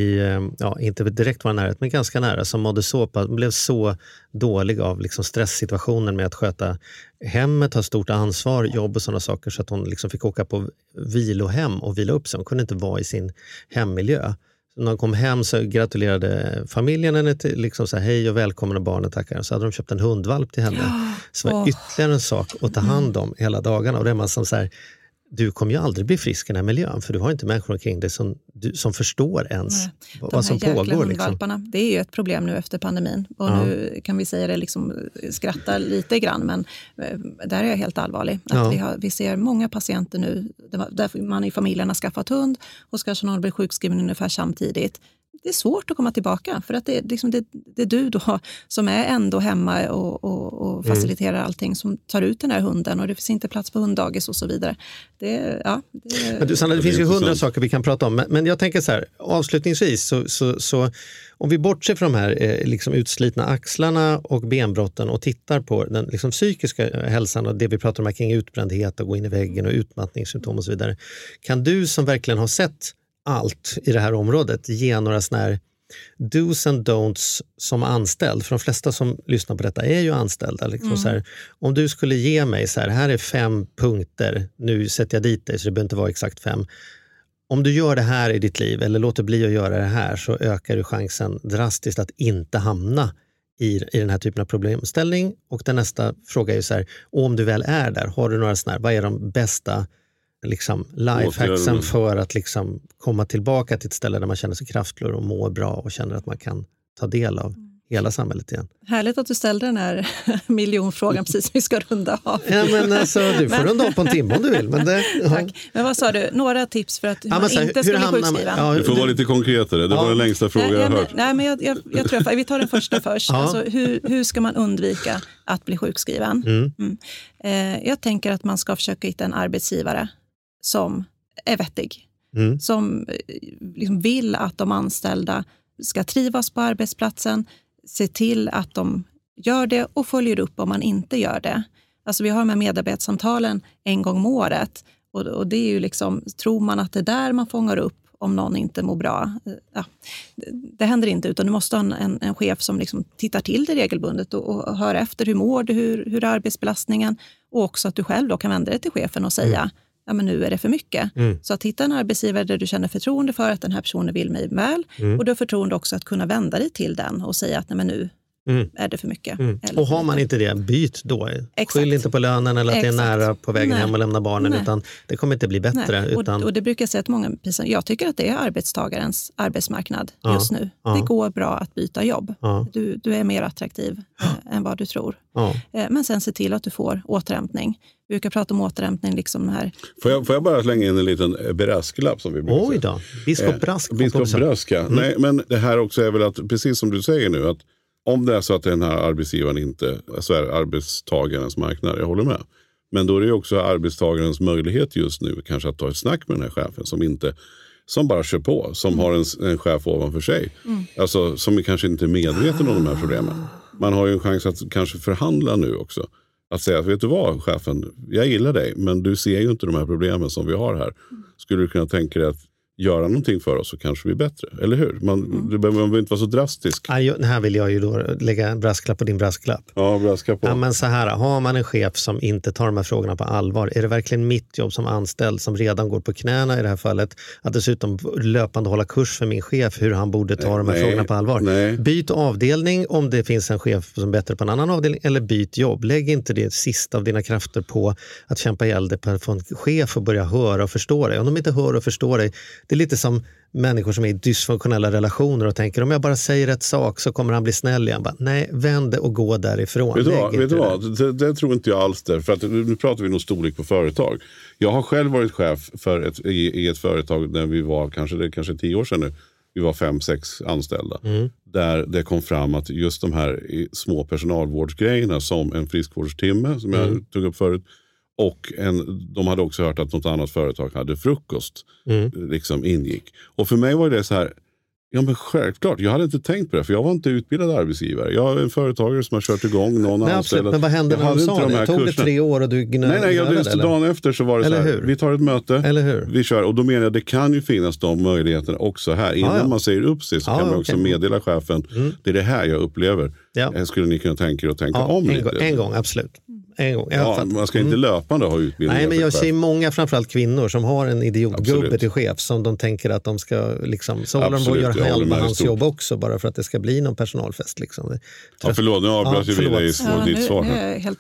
inte direkt var nära, men ganska nära, som blev så dålig av liksom stresssituationen med att sköta hemmet, ha stort ansvar, jobb och sådana saker, så att hon liksom fick åka på vilohem och vila upp sig. Hon kunde inte vara i sin hemmiljö. När hon kom hem så gratulerade familjen henne till liksom så här, hej och välkommen och barnet tackar. Så hade de köpt en hundvalp till henne. Så var ytterligare en sak att ta hand om hela dagarna. Och det är man som så här, du kommer ju aldrig bli frisk i den här miljön, för du har inte människor omkring dig som förstår ens vad som pågår. Liksom. Det är ju ett problem nu efter pandemin. Och nu kan vi säga det liksom, skratta lite grann, men där är jag helt allvarlig. Att vi ser många patienter nu där man i familjen har skaffat hund och så kanske någon blir sjukskriven ungefär samtidigt. Det är svårt att komma tillbaka, för att det är du då som är ändå hemma och faciliterar allting, som tar ut den här hunden, och det finns inte plats på hunddagis och så vidare. Men du Sanna, det finns ju 100 saker vi kan prata om, men jag tänker så här, avslutningsvis så om vi bortser från de här liksom utslitna axlarna och benbrotten och tittar på den liksom psykiska hälsan och det vi pratar om kring utbrändhet och gå in i väggen och utmattningssymptom och så vidare. Kan du som verkligen har sett allt i det här området ge några såna här do's and don'ts som anställd? För de flesta som lyssnar på detta är ju anställda. Liksom så här, om du skulle ge mig så här är 5 punkter, nu sätter jag dit dig så det behöver inte vara exakt 5. Om du gör det här i ditt liv eller låter bli att göra det här, så ökar du chansen drastiskt att inte hamna i den här typen av problemställning. Och den nästa fråga är ju så här, om du väl är där, har du några såna här, vad är de bästa liksom lifehacksen för att liksom komma tillbaka till ett ställe där man känner sig kraftfull och mår bra och känner att man kan ta del av hela samhället igen. Härligt att du ställde den här miljonfrågan precis som vi ska runda av. Ja, men alltså, du får runda av på en timme om du vill. Men Tack. Men vad sa du? Några tips för att man inte skulle bli sjukskriven? Du får vara lite konkretare. Det var den längsta frågan jag hört. Nej, men jag tror att vi tar den första först. Alltså, hur ska man undvika att bli sjukskriven? Jag tänker att man ska försöka hitta en arbetsgivare som är vettig. Som liksom vill att de anställda ska trivas på arbetsplatsen. Se till att de gör det och följer upp om man inte gör det. Alltså vi har med medarbetarsamtalen en gång om året. Och det är ju liksom, tror man att det är där man fångar upp om någon inte mår bra. Det händer inte, utan du måste ha en chef som liksom tittar till det regelbundet och hör efter hur mår du, hur är arbetsbelastningen. Och också att du själv då kan vända dig till chefen och säga ja, men nu är det för mycket. Så att hitta en arbetsgivare där du känner förtroende för att den här personen vill mig väl. Och du har förtroende också att kunna vända dig till den och säga att nej, men nu är det för mycket. Och har man inte det, byt då. Skyll inte på lönen eller att det är nära på vägen hem och lämna barnen, utan det kommer inte bli bättre. Utan... Och det brukar jag säga att många, jag tycker att det är arbetstagarens arbetsmarknad just nu. Det går bra att byta jobb. Du är mer attraktiv än vad du tror. Men sen se till att du får återhämtning. Vi brukar prata om återhämtning liksom här. Får jag bara slänga in en liten brasklapp som vi brukar säga? Oj då, biskop Brask. Biskop Brask, Nej, men det här också är väl att, precis som du säger nu, att om det är så att den här arbetsgivaren inte, så är arbetstagarens marknad, jag håller med. Men då är det ju också arbetstagarens möjlighet just nu kanske att ta ett snack med den här chefen som bara kör på, som har en chef ovanför sig. Alltså som kanske inte är medveten om de här problemen. Man har ju en chans att kanske förhandla nu också. Att säga, vet du vad chefen, jag gillar dig, men du ser ju inte de här problemen som vi har här. Skulle du kunna tänka dig att göra någonting för oss så kanske vi är bättre. Eller hur? Man behöver inte vara så drastisk. Här vill jag ju då lägga en brasklapp på din brasklapp. Ja, brasklapp på. Ja, men så här, har man en chef som inte tar de här frågorna på allvar, är det verkligen mitt jobb som anställd som redan går på knäna i det här fallet att dessutom löpande hålla kurs för min chef hur han borde ta de här frågorna på allvar? Nej. Byt avdelning om det finns en chef som är bättre på en annan avdelning, eller byt jobb. Lägg inte det sista av dina krafter på att kämpa ihjäl dig på en chef och börja höra och förstå dig. Om de inte hör och förstår dig, det är lite som människor som är i dysfunktionella relationer och tänker om jag bara säger rätt sak så kommer han bli snäll igen. Bara, nej, vänd och gå därifrån. Vet du vad? Det tror inte jag alls där. För att nu pratar vi nog storlek på företag. Jag har själv varit chef för i ett företag där vi var kanske 10 år sedan nu. Vi var 5-6 anställda. Där det kom fram att just de här små personalvårdsgrejerna som en friskvårdstimme som jag tog upp förut. Och de hade också hört att något annat företag hade frukost liksom ingick. Och för mig var det så här, ja men självklart, jag hade inte tänkt på det för jag var inte utbildad arbetsgivare. Jag är en företagare som har kört igång någon anställd. Absolut, men vad hände när du sa det? Tog det 3 år och du gnöllde? Nej, dagen efter så var det så här, vi tar ett möte, vi kör. Och då menar jag, det kan ju finnas de möjligheterna också här. Innan man säger upp sig så kan man också meddela chefen, det är det här jag upplever. Ja. Skulle ni kunna tänka er att tänka om lite? En gång, absolut. En gång. Man ska inte löpande ha utbildning. Nej, men jag ser många, framförallt kvinnor, som har en idiotgubbe till chef som de tänker att de ska liksom, så håller de på att göra halva hans jobb också bara för att det ska bli någon personalfest. Liksom. Förlåt, nu avbröt vi dig i ditt svar. Nu är jag helt...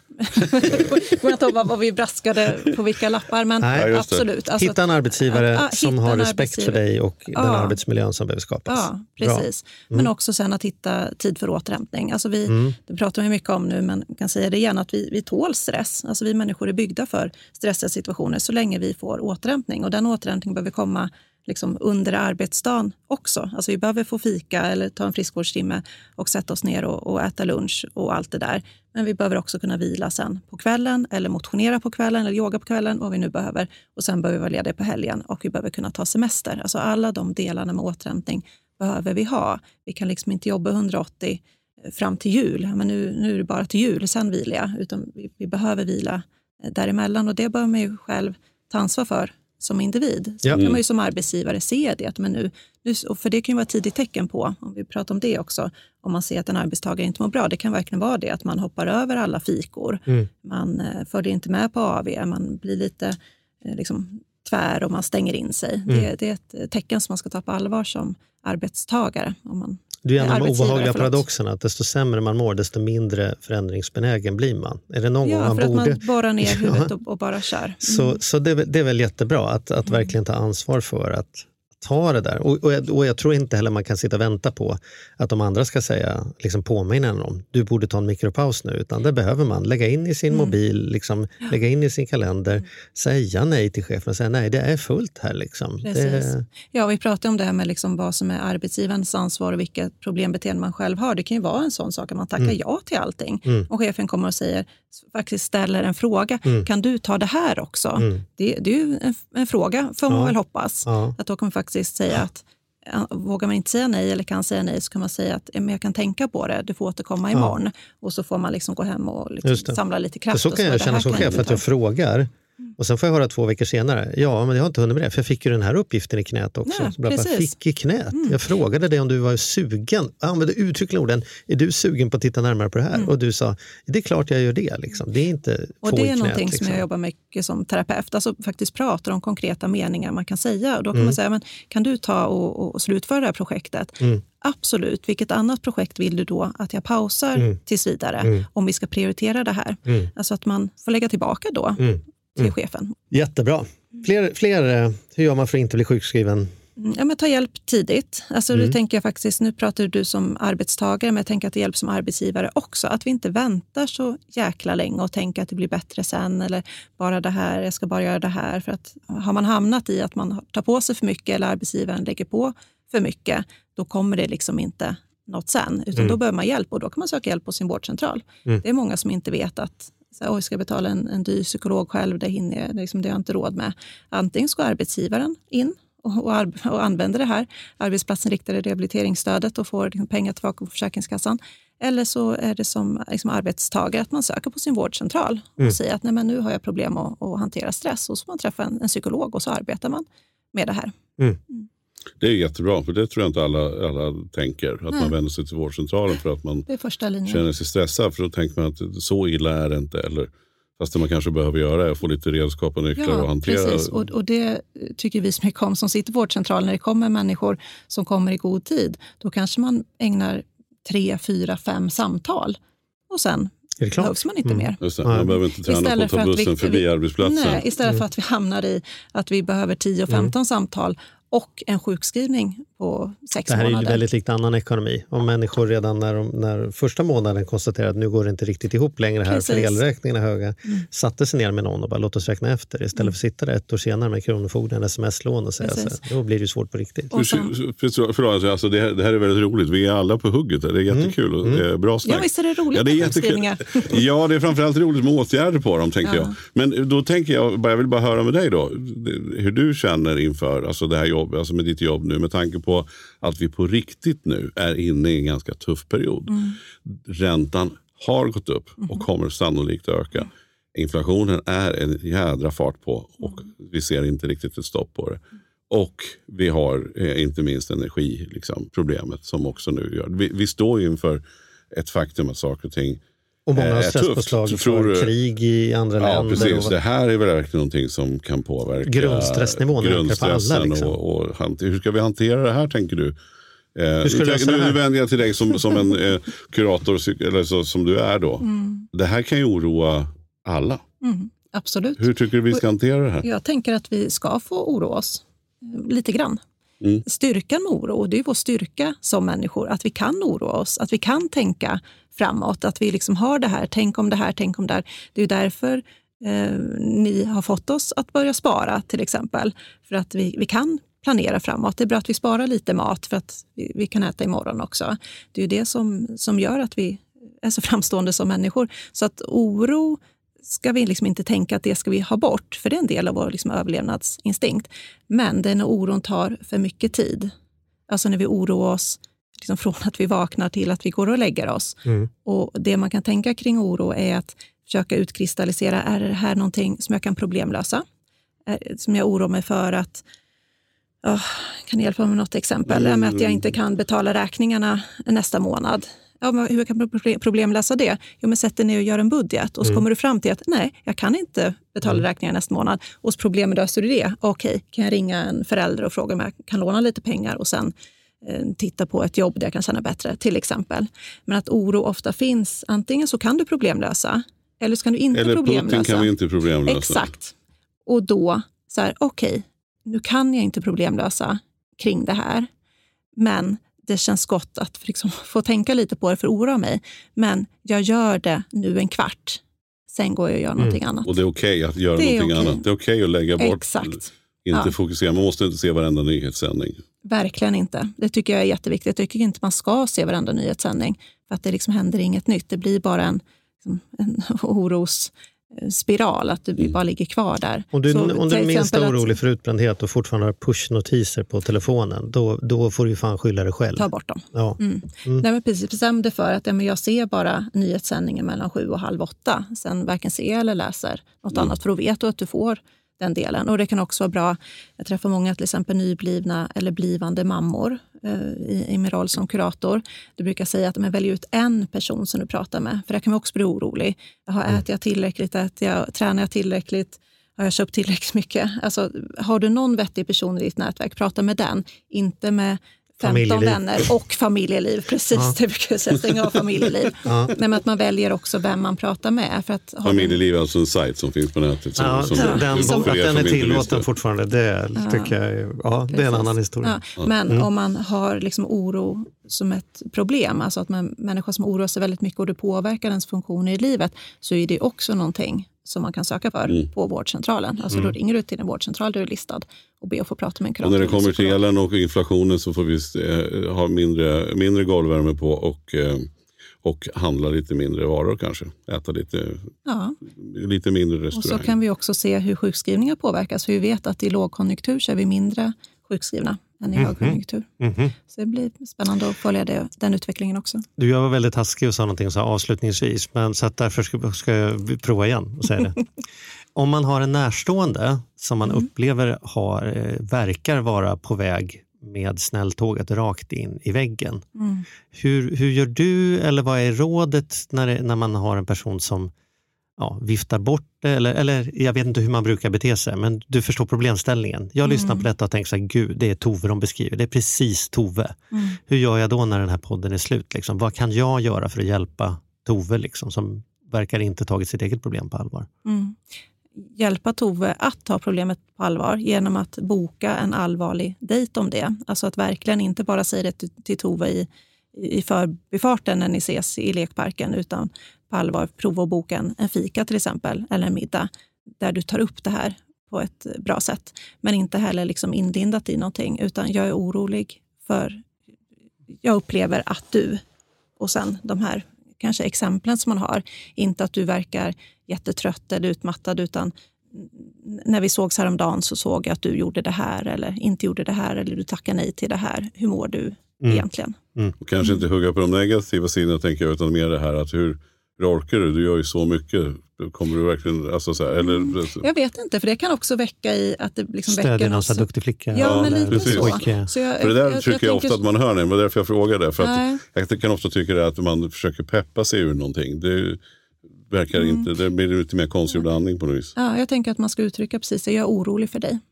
går inte ihåg vad vi braskade på vilka lappar, men absolut. Alltså, hitta en arbetsgivare som har respekt för dig och den arbetsmiljön som behöver skapas. Ja, precis. Men också sen att hitta tid för återhämtning. Alltså det pratar vi mycket om nu, men kan säga det igen, att vi tål stress. Alltså vi människor är byggda för stressiga situationer så länge vi får återhämtning. Och den återhämtningen behöver komma liksom under arbetsdagen också. Alltså vi behöver få fika eller ta en friskvårdstimme och sätta oss ner och äta lunch och allt det där. Men vi behöver också kunna vila sen på kvällen eller motionera på kvällen eller yoga på kvällen, vad vi nu behöver. Och sen behöver vi vara lediga på helgen och vi behöver kunna ta semester. Alltså alla de delarna med återhämtning behöver vi ha. Vi kan liksom inte jobba 180 fram till jul. Men nu är det bara till jul, sen vilar jag. Utan vi behöver vila däremellan och det bör man ju själv ta ansvar för som individ. Så kan man ju som arbetsgivare se det. Men nu, för det kan ju vara ett tidigt tecken på, om vi pratar om det också, om man ser att en arbetstagare inte mår bra. Det kan verkligen vara det att man hoppar över alla fikor. Man för det inte med på AV. Man blir lite liksom tvär och man stänger in sig. Det är ett tecken som man ska ta på allvar som arbetstagare. Om man det är en av de obehagliga paradoxerna att desto sämre man mår, desto mindre förändringsbenägen blir man. Är det någon gång man borde... att man borrar ner huvudet och bara kör. Så det är väl jättebra att verkligen ta ansvar för att ta det där. Och jag tror inte heller man kan sitta och vänta på att de andra ska säga, liksom påminna en om, du borde ta en mikropaus nu, utan det behöver man lägga in i sin mobil, liksom, lägga in i sin kalender, säga nej till chefen och säga nej, det är fullt här. Liksom. Ja, vi pratar om det här med liksom vad som är arbetsgivarens ansvar och vilket problembeteende man själv har. Det kan ju vara en sån sak att man tackar ja till allting. Och chefen kommer och säger, faktiskt ställer en fråga, kan du ta det här också? Det är ju en fråga, får man väl hoppas. Att då kommer faktiskt säga att vågar man inte säga nej eller kan säga nej, så kan man säga att men jag kan tänka på det, du får återkomma imorgon. Och så får man liksom gå hem och liksom samla lite kraft. Så kan jag känna som chef att jag frågar och sen får jag höra 2 veckor senare, ja men jag har inte hunnit med det, för jag fick ju den här uppgiften i knät också. Så bara fick i knät. Jag frågade dig om du var sugen, jag använde uttryckligen orden, är du sugen på att titta närmare på det här? Och du sa, det är klart jag gör det. Liksom. Det är inte och det är någonting liksom. som jag jobbar mycket som terapeut, alltså faktiskt pratar om konkreta meningar man kan säga. Och då kan man säga, men kan du ta och slutföra det här projektet? Absolut. Vilket annat projekt vill du då att jag pausar tills vidare om vi ska prioritera det här? Alltså att man får lägga tillbaka då till chefen. Jättebra. Fler, hur gör man för att inte bli sjukskriven? Ja, men ta hjälp tidigt. Alltså det tänker jag faktiskt, nu pratar du som arbetstagare, men jag tänker att det hjälp som arbetsgivare också. Att vi inte väntar så jäkla länge och tänker att det blir bättre sen, eller bara det här, jag ska bara göra det här. För att har man hamnat i att man tar på sig för mycket eller arbetsgivaren lägger på för mycket, då kommer det liksom inte något sen. Utan då behöver man hjälp och då kan man söka hjälp på sin vårdcentral. Det är många som inte vet att jag ska betala en dyr psykolog själv, det hinner jag, liksom, det har jag inte råd med. Antingen ska arbetsgivaren in och använder det här arbetsplatsen riktade rehabiliteringsstödet och får liksom pengar tillbaka på Försäkringskassan. Eller så är det som liksom arbetstagare att man söker på sin vårdcentral och säger att nej, men nu har jag problem att hantera stress, och så får man träffa en psykolog och så arbetar man med det här. Det är jättebra, för det tror jag inte alla tänker. Att man vänder sig till vårdcentralen för att man känner sig stressad. För då tänker man att så illa är det inte. Eller, fast det man kanske behöver göra är att få lite redskap och nycklar och hantera. Precis. Och det tycker vi som mycket om som sitter i vårdcentralen. När det kommer människor som kommer i god tid, då kanske man ägnar 3, 4, 5 samtal. Och sen behövs man inte mer. Just det. Man behöver inte träna på att ta bussen förbi arbetsplatsen. Nej, istället för att vi hamnar i att vi behöver 10 och 15 samtal och en sjukskrivning på 6 månader. Det här är ju väldigt likt annan ekonomi. Om människor redan när första månaden konstaterar att nu går det inte riktigt ihop längre här för elräkningarna är höga, satte sig ner med någon och bara låt oss räkna efter istället för att sitta där 1 år senare med kronofogden, sms-lån och säga så här, då blir det ju svårt på riktigt. Förlåt, alltså det här är väldigt roligt. Vi är alla på hugget. Det är jättekul och det är bra snack. Ja, visst är det roligt det är jättekul. Ja, det är framförallt roligt med åtgärder på dem, tänker jag. Men då tänker jag vill bara höra med dig då, hur du känner inför alltså det här jobbet, alltså med ditt jobb nu, med tanke på att vi på riktigt nu är inne i en ganska tuff period. Räntan har gått upp och kommer sannolikt öka. Inflationen är en jädra fart på och vi ser inte riktigt ett stopp på det. Och vi har inte minst energiproblemet som också nu gör. Vi står ju inför ett faktum att saker och ting och många stressförslag för krig i andra länder. Ja, precis. Det här är väl verkligen någonting som kan påverka grundstressnivån på alla. Liksom. Hur ska vi hantera det här, tänker du? Nu vänder jag till dig som en kurator, eller så, som du är då. Det här kan ju oroa alla. Absolut. Hur tycker du vi ska hantera det här? Jag tänker att vi ska få oroa oss lite grann. Styrkan med oro, det är vår styrka som människor, att vi kan oroa oss, att vi kan tänka framåt, att vi liksom har det här, tänk om det här, tänk om det här. Det är ju därför ni har fått oss att börja spara till exempel, för att vi kan planera framåt. Det är bra att vi sparar lite mat för att vi kan äta imorgon också. Det är ju det som gör att vi är så framstående som människor. Så att oro ska vi liksom inte tänka att det ska vi ha bort, för det är en del av vår liksom överlevnadsinstinkt. Men det är när oron tar för mycket tid. Alltså när vi oroar oss liksom från att vi vaknar till att vi går och lägger oss. Och det man kan tänka kring oro är att försöka utkristallisera, är det här någonting som jag kan problemlösa? Som jag oroar mig för att kan du hjälpa mig med något exempel? Med att jag inte kan betala räkningarna nästa månad. Ja, men hur kan man problemlösa det? Jo, men sätt dig ner och gör en budget. Och så kommer du fram till att nej, jag kan inte betala räkningar nästa månad. Och så problemet löser du det. Okej, kan jag ringa en förälder och fråga om jag kan låna lite pengar och sen titta på ett jobb där jag kan tjäna bättre, till exempel. Men att oro ofta finns, antingen så kan du problemlösa eller så kan du inte problemlösa. Eller Putin kan vi inte problemlösa. Exakt. Och då så här, okej, nu kan jag inte problemlösa kring det här. Men det känns gott att liksom få tänka lite på det för att oroa mig. Men jag gör det nu en kvart. Sen går jag och gör någonting annat. Och det är okej att göra någonting annat. Det är okej att lägga bort. Exakt. Inte fokusera. Man måste inte se varenda nyhetssändning. Verkligen inte. Det tycker jag är jätteviktigt. Jag tycker inte man ska se varenda nyhetssändning. För att det liksom händer inget nytt. Det blir bara en orosspiral. Att du bara ligger kvar där. Om du är minsta orolig för utbrändhet och fortfarande har pushnotiser på telefonen, då får du fan skylla dig själv. Ta bort dem. Ja. Nej, men precis, bestämde för att jag ser bara nyhetssändningen mellan 7 och halv 8. Sen varken ser eller läser något annat. För då vet du att du får den delen. Och det kan också vara bra, jag träffar många till exempel nyblivna eller blivande mammor i min roll som kurator. Du brukar säga att välj ut en person som du pratar med. För där kan man också bli orolig. Äter jag tillräckligt? Tränar jag tillräckligt? Har jag köpt tillräckligt mycket? Alltså, har du någon vettig person i ditt nätverk, prata med den. Inte med 15 vänner och familjeliv. Precis, det brukar jag säga. Stänga av familjeliv. Men att man väljer också vem man pratar med. För att familjeliv är alltså en sajt som finns på nätet. Den är tillåten fortfarande. Det tycker jag det är en annan historia. Men om man har liksom oro som ett problem, alltså att människor som oroar sig väldigt mycket och det påverkar ens funktioner i livet, så är det också någonting som man kan söka för på vårdcentralen. Alltså då ringer du till en vårdcentral där du är listad och ber att få prata med en kurator. Och när det kommer till elen och inflationen så får vi ha mindre golvvärme på och handla lite mindre varor kanske. Äta lite mindre restaurang. Och så kan vi också se hur sjukskrivningar påverkas. För vi vet att i lågkonjunktur så är vi mindre sjukskrivna än i högkonjunktur. Så det blir spännande att följa den utvecklingen också. Jag var väldigt taskig och sa någonting så avslutningsvis, men så att därför ska jag prova igen och säga det. Om man har en närstående som man upplever verkar vara på väg med snälltåget rakt in i väggen. Hur gör du, eller vad är rådet när man har en person som viftar bort det, eller jag vet inte hur man brukar bete sig, men du förstår problemställningen. Jag lyssnar på detta och tänker så här, gud, det är Tove de beskriver, det är precis Tove. Hur gör jag då när den här podden är slut? Liksom? Vad kan jag göra för att hjälpa Tove liksom, som verkar inte tagit sitt eget problem på allvar? Hjälpa Tove att ta problemet på allvar genom att boka en allvarlig dejt om det. Alltså att verkligen inte bara säga det till Tove i förbifarten när ni ses i lekparken, utan på allvar prova att boka en fika till exempel, eller en middag där du tar upp det här på ett bra sätt. Men inte heller liksom inlindat i någonting, utan jag är orolig för, jag upplever att du, och sen de här kanske exemplen som man har, inte att du verkar jättetrött eller utmattad, utan när vi sågs häromdagen så såg jag att du gjorde det här eller inte gjorde det här, eller du tackar nej till det här. Hur mår du egentligen? Och kanske inte hugga på de negativa sidorna, tänker jag, utan mer det här att hur orkar du? Du gör ju så mycket. Kommer du verkligen... Alltså så här, eller... Jag vet inte, för det kan också väcka i att det liksom stödjer någon så duktig flicka. Ja, men lite precis. så. För det där tycker jag ofta att man hör, det var därför jag frågade. För att jag kan ofta tycka att man försöker peppa sig ur någonting. Det verkar inte, det blir lite mer konstgjord andning på något vis. Ja, jag tänker att man ska uttrycka precis det. Jag är orolig för dig.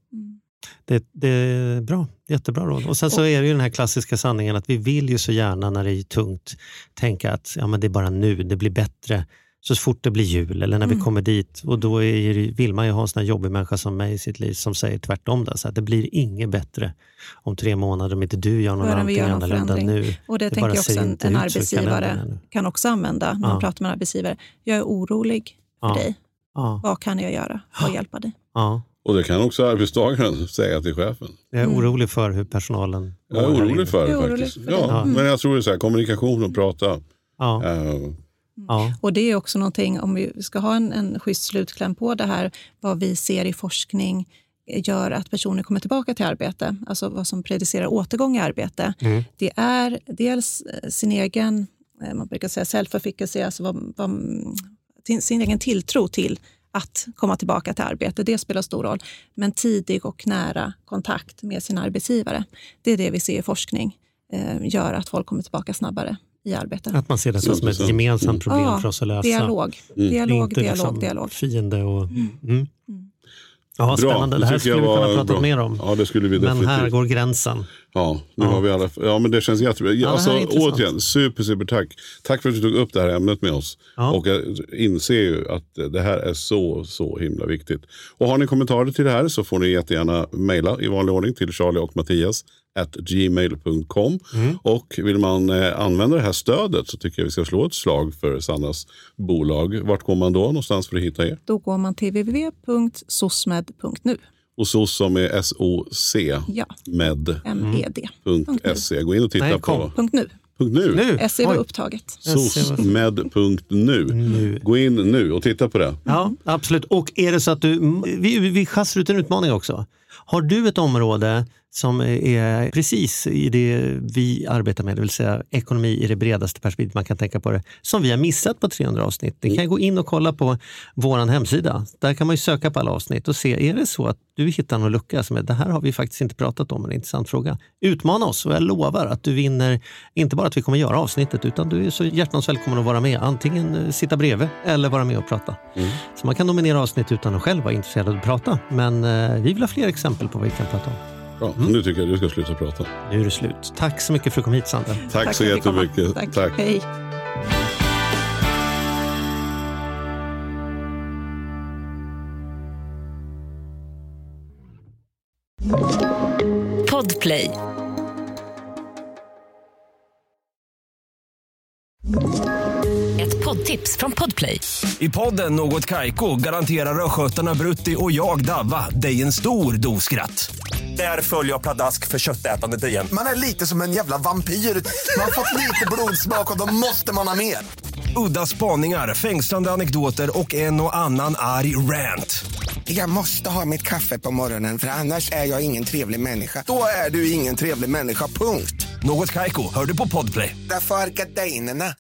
Det är bra, jättebra råd. Och sen så är det ju den här klassiska sanningen att vi vill ju så gärna när det är tungt tänka att men det är bara nu, det blir bättre så fort det blir jul eller när vi kommer dit. Och då vill man ju ha en sån här jobbig människa som mig i sitt liv som säger tvärtom. Så att det blir inget bättre om 3 månader om inte du gör någon annorlunda nu. Och det tänker jag också en arbetsgivare kan också använda när man pratar med en arbetsgivare. Jag är orolig för dig. Vad kan jag göra för att hjälpa dig? Och det kan också arbetstagaren säga till chefen. Jag är orolig för hur personalen... Jag är orolig för det faktiskt. Men jag tror det är så här, kommunikation och prata. Och det är också någonting, om vi ska ha en schysst slutkläm på det här, vad vi ser i forskning gör att personer kommer tillbaka till arbete. Alltså vad som predicerar återgång i arbete. Det är dels sin egen, man brukar säga self-efficacy, alltså sin egen tilltro till att komma tillbaka till arbete. Det spelar stor roll. Men tidig och nära kontakt med sin arbetsgivare. Det är det vi ser i forskning. Gör att folk kommer tillbaka snabbare i arbete. Att man ser det som ett gemensamt problem för oss att lösa. Dialog. Dialog. Fiende och... Ja, spännande. Det här skulle vi kunna prata mer om. Ja, det skulle vi definitivt. Men här går gränsen. Ja, nu har vi alla... Ja, men det känns jättebra. Alltså, återigen, super tack. Tack för att du tog upp det här ämnet med oss. Och jag inser ju att det här är så himla viktigt. Och har ni kommentarer till det här så får ni jättegärna mejla i vanlig ordning till charlieochmattias@gmail.com. Och vill man använda det här stödet så tycker jag vi ska slå ett slag för Sannas bolag. Vart går man då någonstans för att hitta er? Då går man till www.sosmed.nu. Och SOS som är SOC med .se. Gå in och titta på .nu. .nu. SE var upptaget. SOSmed.nu. Gå in nu och titta på det. Ja, absolut. Och är det så att vi kastar ut en utmaning också. Har du ett område som är precis i det vi arbetar med, det vill säga ekonomi i det bredaste perspektivet man kan tänka på det, som vi har missat på 300 avsnitt. Ni kan gå in och kolla på våran hemsida. Där kan man ju söka på alla avsnitt och se, är det så att du hittar någon lucka som är, det här har vi faktiskt inte pratat om, en intressant fråga. Utmana oss och jag lovar att du vinner, inte bara att vi kommer göra avsnittet, utan du är så hjärtans välkommen att vara med. Antingen sitta bredvid eller vara med och prata. Så man kan nominera avsnitt utan att själv vara intresserad av att prata. Men vi vill ha fler exempel på vad vi kan prata om. Ja, nu tycker jag att du ska sluta prata. Nu är det slut. Tack så mycket för att du kom hit, Sandra. Tack så jättemycket. Tack. Hej. Podplay. Ett poddtips från Podplay. I podden Något Kaiko garanterar röskötarna Brutti och jag Davva dig en stor doskratt. Där följer jag pladask för köttätandet igen. Man är lite som en jävla vampyr. Man har fått lite blodsmak och då måste man ha mer. Udda spaningar, fängslande anekdoter och en och annan arg rant. Jag måste ha mitt kaffe på morgonen för annars är jag ingen trevlig människa. Då är du ingen trevlig människa, punkt. Något Kaiko, hör du på Podplay. Därför är gardinerna.